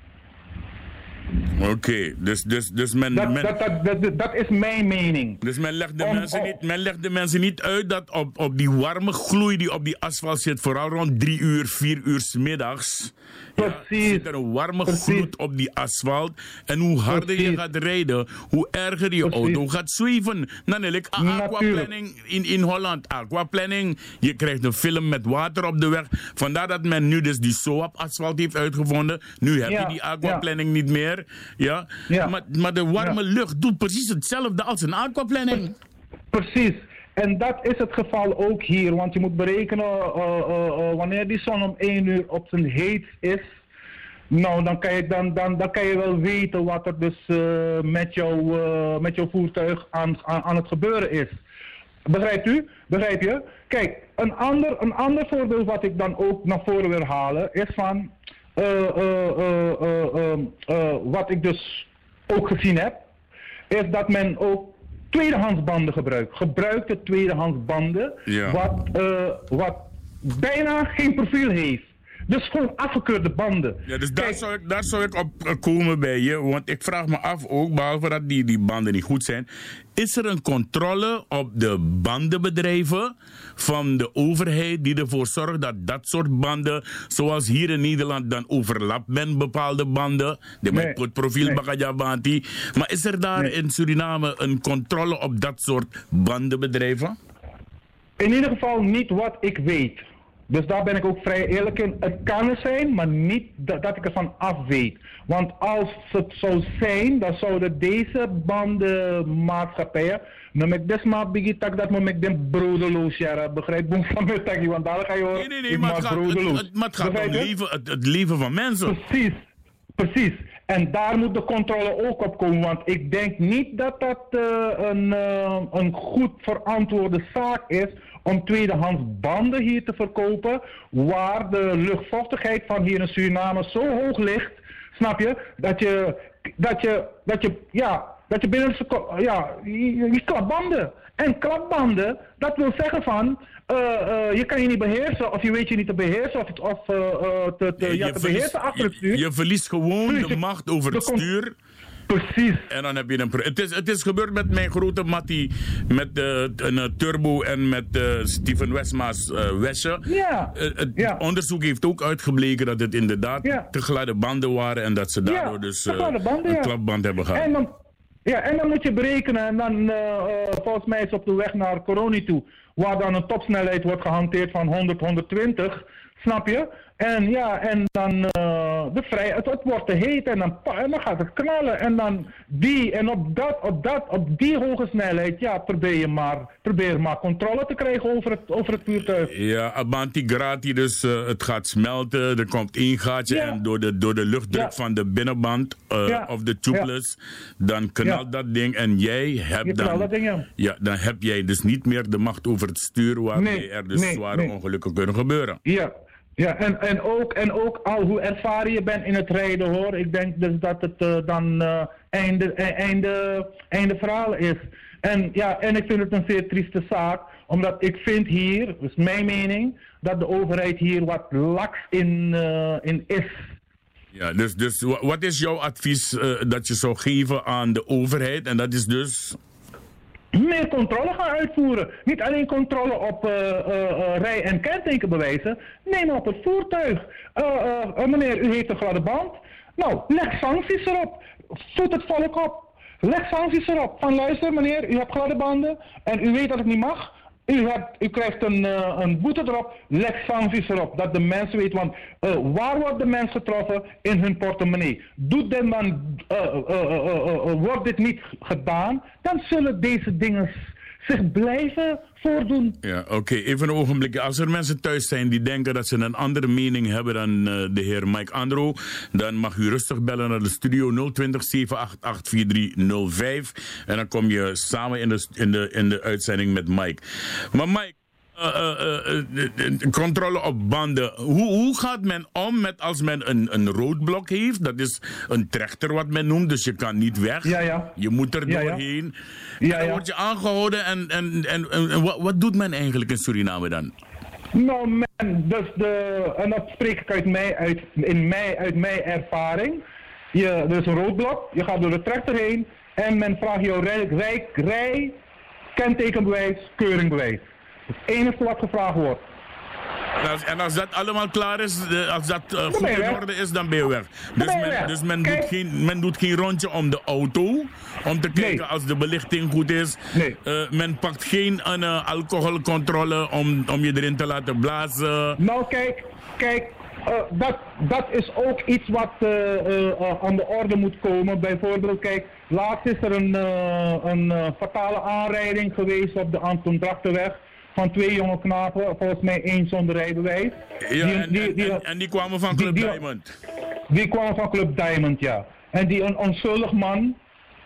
Oké, dus men... Dat is mijn mening. Dus men legt de mensen niet uit dat op die warme gloei die op die asfalt zit, vooral rond 3 uur, 4 uur 's middags. Precies. Zit er een warme gloed op die asfalt. En hoe harder je gaat rijden, hoe erger je auto gaat zweven. Dan wil ik aquaplanning in Holland. Aquaplanning, je krijgt een film met water op de weg. Vandaar dat men nu dus die SOAP asfalt heeft uitgevonden. Nu heb je die aquaplanning niet meer. Ja? Maar de warme lucht doet precies hetzelfde als een aquaplanning. Precies. En dat is het geval ook hier, want je moet berekenen wanneer die zon om 1 uur op zijn heet is. Nou, dan kan je wel weten wat er dus met jouw voertuig aan het gebeuren is. Begrijpt u? Begrijp je? Kijk, een ander voorbeeld wat ik dan ook naar voren wil halen is van wat ik dus ook gezien heb, is dat men ook tweedehands banden gebruikt. Gebruikte tweedehands banden, wat bijna geen profiel heeft. Dus gewoon afgekeurde banden. Ja, dus daar zou ik op komen bij je. Want ik vraag me af ook, behalve dat die banden niet goed zijn, is er een controle op de bandenbedrijven van de overheid die ervoor zorgt dat dat soort banden, zoals hier in Nederland, dan overlapt men bepaalde banden. De profiel bagajabanti. Maar is er daar in Suriname een controle op dat soort bandenbedrijven? In ieder geval niet wat ik weet. Dus daar ben ik ook vrij eerlijk in. Het kan er zijn, maar niet dat ik ervan af weet. Want als het zou zijn, dan zouden deze bandenmaatschappijen, dan met desma bigitak dat met den broederloos jaren, begrijp je? Want daar ga je horen. Nee, maar het gaat om het leven van mensen. Precies. En daar moet de controle ook op komen, want ik denk niet dat dat een goed verantwoorde zaak is om tweedehands banden hier te verkopen, waar de luchtvochtigheid van hier in Suriname zo hoog ligt, snap je, dat je binnen je klapbanden. En klapbanden, dat wil zeggen van, je kan je niet beheersen, of je weet je niet te beheersen, te beheersen achter het stuur. Je verliest gewoon de macht over het stuur. Precies. En dan heb je een... Het is gebeurd met mijn grote mattie, met een turbo en met Steven Westma's Wesje. Het onderzoek heeft ook uitgebleken dat het inderdaad te gladde banden waren en dat ze daardoor dus een klapband hebben gehad. En dan moet je berekenen, en dan volgens mij is op de weg naar Coroni toe, waar dan een topsnelheid wordt gehanteerd van 100, 120, snap je? En dan het wordt te heet en dan gaat het knallen. En dan op die hoge snelheid, probeer maar controle te krijgen over het voertuig. Ja, Abanti-grati, dus het gaat smelten, er komt één gaatje en door de luchtdruk van de binnenband of de tubeless, dan knalt dat ding en jij hebt dan heb jij dus niet meer de macht over het stuur waarmee er dus zware ongelukken kunnen gebeuren. Ja, en ook al hoe ervaren je bent in het rijden hoor. Ik denk dus dat het dan einde verhaal is. En ik vind het een zeer trieste zaak. Omdat ik vind hier, dus mijn mening, dat de overheid hier wat laks in is. Ja, dus wat is jouw advies dat je zou geven aan de overheid? En dat is dus... meer controle gaan uitvoeren. Niet alleen controle op rij- en kentekenbewijzen. Nee, maar op het voertuig. Meneer, u heeft een gladde band. Nou, leg sancties erop. Voed het volk op. Leg sancties erop. Van luister meneer, u hebt gladde banden en u weet dat het niet mag. U krijgt een boete erop. Leg sancties erop. Dat de mensen weten, want waar wordt de mens getroffen? In hun portemonnee. Wordt dit niet gedaan, dan zullen deze dingen zich blijven voordoen. Ja, oké. Even een ogenblik. Als er mensen thuis zijn die denken dat ze een andere mening hebben dan de heer Mike Andro, dan mag u rustig bellen naar de studio 020 788 4305 en dan kom je samen in de uitzending met Mike. Maar Mike, controle op banden. Hoe gaat men om met als men een roodblok heeft? Dat is een trechter wat men noemt, dus je kan niet weg. Ja. Je moet er doorheen. En dan word je aangehouden en wat doet men eigenlijk in Suriname dan? Nou, en dat spreek ik uit mijn ervaring. Er is een roodblok, je gaat door de trechter heen en men vraagt jou rij, kentekenbewijs, keuringbewijs. Het enige wat gevraagd wordt. En als dat allemaal klaar is, als dat goed in orde is, dan ben je weg. Dus men doet geen rondje om de auto, om te kijken als de belichting goed is. Nee. Men pakt geen alcoholcontrole om je erin te laten blazen. Nou kijk, dat is ook iets wat aan de orde moet komen. Bijvoorbeeld, kijk, laatst is er een fatale aanrijding geweest op de Anton Drachtenweg. Van 2 jonge knapen, volgens mij 1 zonder rijbewijs. Ja, en die kwamen van Club Diamond. Die kwamen van Club Diamond, ja. En die een onschuldig man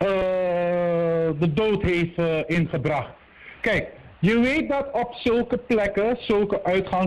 de dood heeft ingebracht. Kijk, je weet dat op zulke plekken, zulke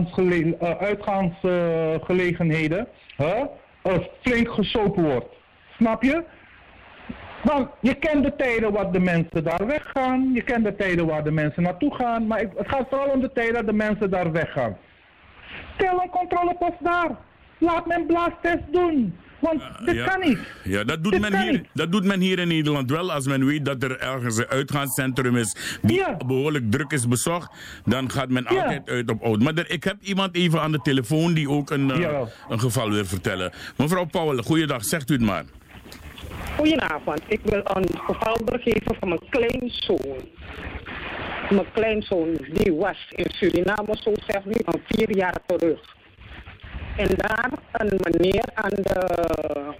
uitgaansgelegenheden, flink gesopen wordt. Snap je? Want je kent de tijden wat de mensen daar weggaan, je kent de tijden waar de mensen naartoe gaan, maar het gaat vooral om de tijd dat de mensen daar weggaan. Stel een controlepost daar. Laat men blaastest doen. Want dit kan niet. Ja, dat doet men hier in Nederland wel. Als men weet dat er ergens een uitgaanscentrum is die behoorlijk druk is bezocht, dan gaat men altijd uit op oud. Maar ik heb iemand even aan de telefoon die ook een geval wil vertellen. Mevrouw Paul, goeiedag, zegt u het maar. Goedenavond, ik wil een geval doorgeven van mijn kleinzoon. Mijn kleinzoon die was in Suriname, zo zeg nu, al 4 jaar terug. En daar een meneer aan de,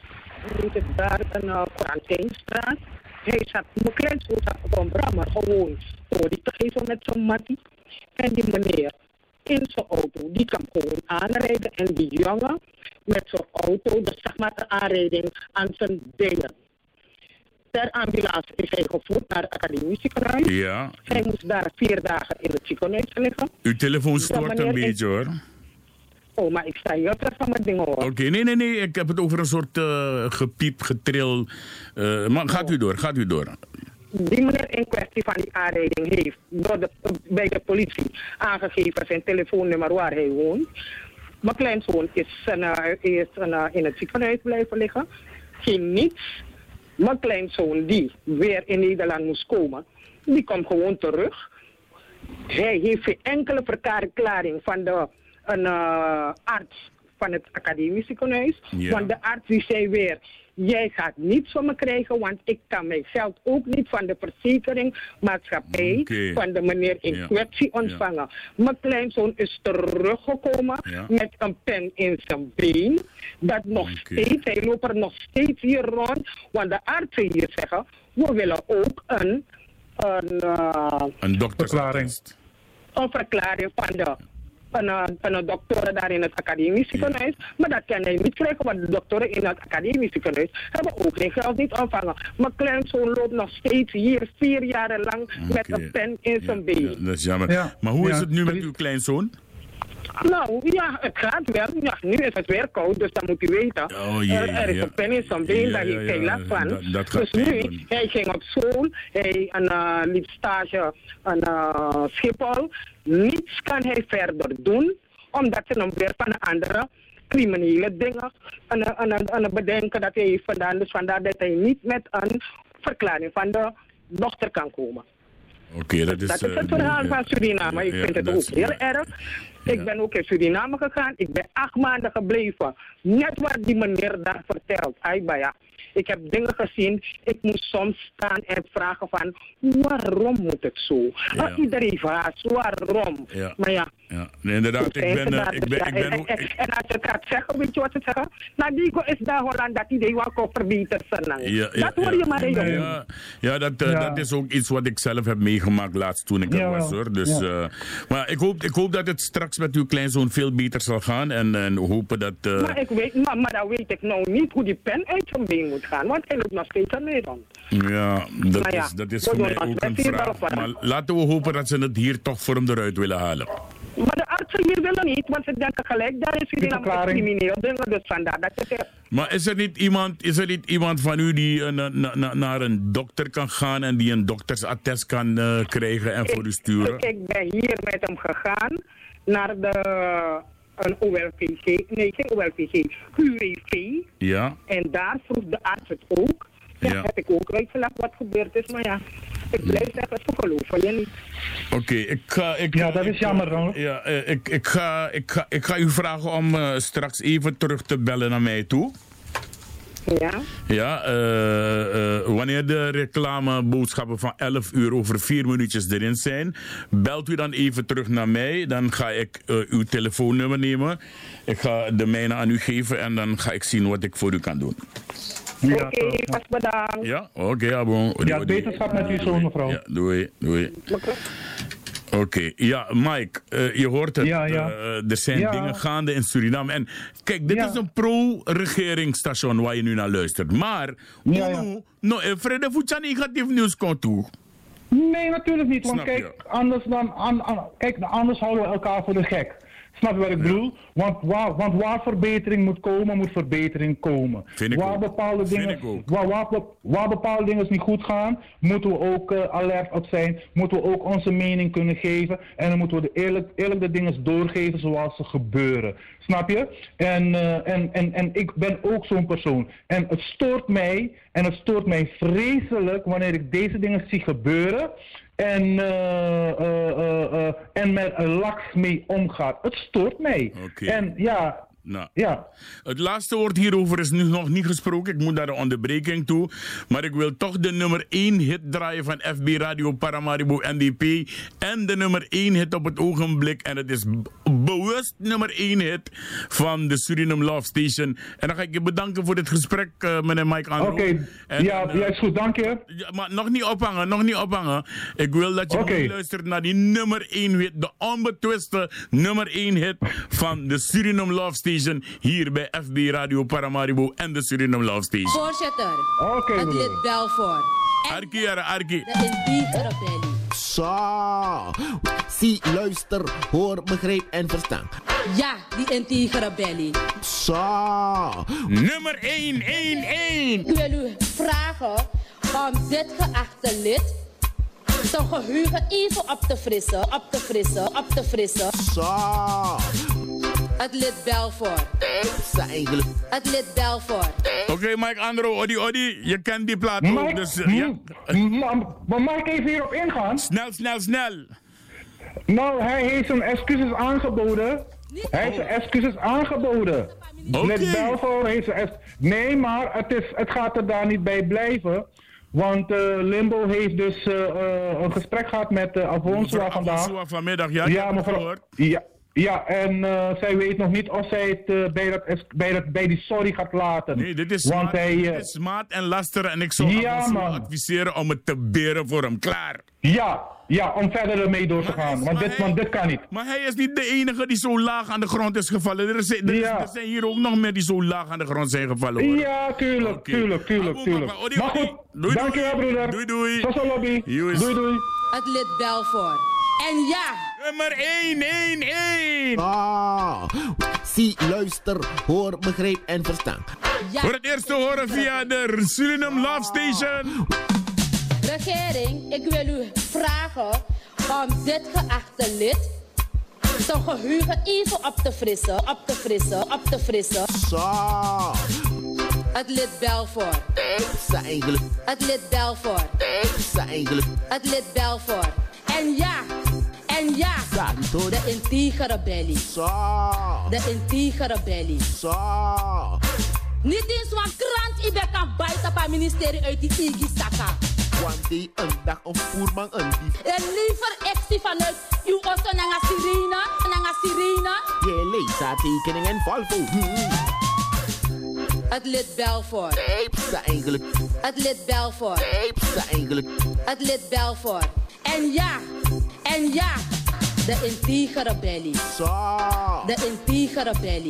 quarantainestraat. Mijn kleinzoon zat op een brommer gewoon story te geven met zijn mattie. En die meneer in zijn auto, die kwam gewoon aanrijden en die jongen met zijn auto, dus zeg maar de aanrijding aan zijn benen. Ter ambulance is hij gevoerd naar het academisch ziekenhuis. Ja. Hij moest daar 4 dagen in het ziekenhuis liggen. Uw telefoon stoort een beetje hoor. Oh, maar ik sta hier terug van mijn dingen hoor. Oké, nee, ik heb het over een soort gepiep, getril. Maar gaat u door. Die meneer in kwestie van die aanrijding heeft bij de politie aangegeven zijn telefoonnummer waar hij woont. Mijn kleinzoon is in het ziekenhuis blijven liggen. Geen niets. Mijn kleinzoon die weer in Nederland moest komen, die komt gewoon terug. Hij heeft geen enkele verklaring van een arts van het academisch ziekenhuis. Ja. Want de arts die zei weer, jij gaat niets van me krijgen, want ik kan mijn geld ook niet van de verzekeringmaatschappij van de meneer in kwestie ontvangen. Ja. Mijn kleinzoon is teruggekomen met een pen in zijn been. Dat nog steeds, hij loopt er nog steeds hier rond, want de artsen hier zeggen, we willen ook een doktersverklaring. Een verklaring van de doktoren daar in het academisch ziekenhuis. Maar dat kan hij niet krijgen, want de doktoren in het academisch ziekenhuis hebben ook geen geld niet ontvangen. Mijn kleinzoon loopt nog steeds hier 4 jaar lang met een pen in zijn been. Ja, dat is jammer. Ja. Maar hoe is het nu met uw kleinzoon? Nou, ja, het gaat wel. Ja, nu is het weer koud, dus dat moet u weten. Er is een pen in zijn been, daar heeft hij last van. Dus nu, hij ging op school, hij liep stage aan Schiphol. Niets kan hij verder doen, omdat ze hem weer van andere criminele dingen aan bedenken dat hij heeft vandaan. Dus vandaar dat hij niet met een verklaring van de dochter kan komen. Oké, dat is het verhaal van Suriname. Ik vind het ook heel erg. Ik ben ook in Suriname gegaan. Ik ben 8 maanden gebleven. Net wat die meneer daar vertelt. Aibaya. Ik heb dingen gezien. Ik moest soms staan en vragen van, waarom moet het zo? Iedereen vraagt, waarom? Ja. Maar ja. Nee, inderdaad, ik ben ook... En als je het gaat zeggen, weet je wat ze zeggen? Nou, die is daar Holland dat die wat kan verbeteren. Dat hoor je maar heel. Ja, dat is ook iets wat ik zelf heb meegemaakt laatst toen ik er was, hoor. Dus, maar ik hoop dat het straks met uw kleinzoon veel beter zal gaan en hopen dat... Maar dan weet ik nou niet hoe die pen uit zijn been moet gaan, want hij loopt nog steeds aan Nederland. Ja, dat is voor mij ook een vraag. Maar laten we hopen dat ze het hier toch voor hem eruit willen halen. Maar de artsen hier willen niet, want ze denken gelijk, daar is Suriname crimineel. Dus vandaar dat je zegt. Maar is er niet iemand van u die naar een dokter kan gaan en die een doktersattest kan krijgen en voor u sturen? Ik ben hier met hem gegaan naar een OLVG, nee geen OLVG, UWV. Ja. En daar vroeg de arts het ook. Ja, heb ik ook uitgelegd wat gebeurd is, maar ja, ik blijf zeggen, ze geloven je niet. Oké, dat is jammer hoor. Ja, ik ga u vragen om straks even terug te bellen naar mij toe. Ja? Ja, wanneer de reclameboodschappen van 11 uur over 4 minuutjes erin zijn, belt u dan even terug naar mij. Dan ga ik uw telefoonnummer nemen. Ik ga de mijne aan u geven en dan ga ik zien wat ik voor u kan doen. Oké, pas bedankt. Ja, oké, abon. Ja, beterschap met uw zoon, mevrouw. Ja, doei. Oké, ja, Mike, je hoort het. Er zijn dingen gaande in Suriname. En kijk, dit is een pro-regeringsstation waar je nu naar luistert. Maar, Frede Voetja negatief nieuws komt toe. Nee, natuurlijk niet. Want kijk, anders houden we elkaar voor de gek. Snap je wat ik bedoel? Want waar verbetering moet komen, moet verbetering komen. Waar bepaalde dingen niet goed gaan, moeten we ook alert op zijn. Moeten we ook onze mening kunnen geven. En dan moeten we eerlijk de dingen doorgeven zoals ze gebeuren. Snap je? En ik ben ook zo'n persoon. En het stoort mij vreselijk wanneer ik deze dingen zie gebeuren. En met een laks mee omgaat. Het stoort mij. Okay. En ja. Nou, het laatste woord hierover is nu nog niet gesproken. Ik moet naar de onderbreking toe. Maar ik wil toch de nummer 1 hit draaien van FB Radio Paramaribo NDP. En de nummer 1 hit op het ogenblik. En het is bewust nummer 1 hit van de Suriname Love Station. En dan ga ik je bedanken voor dit gesprek, meneer Mike Andro. Oké, is goed, dank je. Ja, maar nog niet ophangen. Ik wil dat je luistert naar die nummer 1 hit. De onbetwiste nummer 1 hit van de Suriname Love Station. Hier bij FB Radio Paramaribo en de Suriname Love Station. Voorzitter, het lid Belfort. Arki. Dat is die rebellie. Zo. Zie, luister, hoor, begrijp en verstaan. Ja, die integere belly. Zo. Nummer 1. Ik wil u vragen om dit geachte lid zijn geheugen even op te frissen. Zo. Het lid Belfort. Eigenlijk. Het lid Belfort. Oké, Mike Andro, Odi, je kent die plaat ook. Dus, maar mag ik even hierop ingaan? Snel. Nou, hij heeft zijn excuses aangeboden. Lid Belfort heeft zijn nee, maar het gaat er daar niet bij blijven. Want Limbo heeft dus een gesprek gehad met Alfonso vandaag. Alfonso vanmiddag, ja. Ja, mevrouw. Ja, en zij weet nog niet of zij het bij die sorry gaat laten. Nee, dit is smaad en lasteren. En ik zou adviseren om het te beren voor hem. Klaar. Ja, om verder ermee door te gaan. Want dit kan niet. Maar hij is niet de enige die zo laag aan de grond is gevallen. Er zijn hier ook nog meer die zo laag aan de grond zijn gevallen. Hoor. Ja, tuurlijk. Maar goed, dankjewel broeder. Doei. Tot zo lobby. Doei. Het lid Belfort. En ja. Nummer 1. Zie, luister, hoor, begrijp en verstaan. Ja. Voor het eerst te horen via de Suriname Love Station. Regering, ik wil u vragen om dit geachte lid zijn geheugen even op te frissen. Zo. Het lid Belfort. Eigenlijk. Het lid Belfort. Eigenlijk. Het lid Belfort. En ja, de integere belly. De integere belly. Niet eens van krant, ik kan buiten op het ministerie uit die Igi-saka. Want die een dag een voerman een dief. En liever ik zie vanuit uw osso nanga sirena. Je leest haar tekening en Volvo. Het lid Belfort. Eepste eigenlijk. Het lid Belfort. Eepste eigenlijk. Het lid Belfort. En ja, de integere belly. Zo. De integere belly.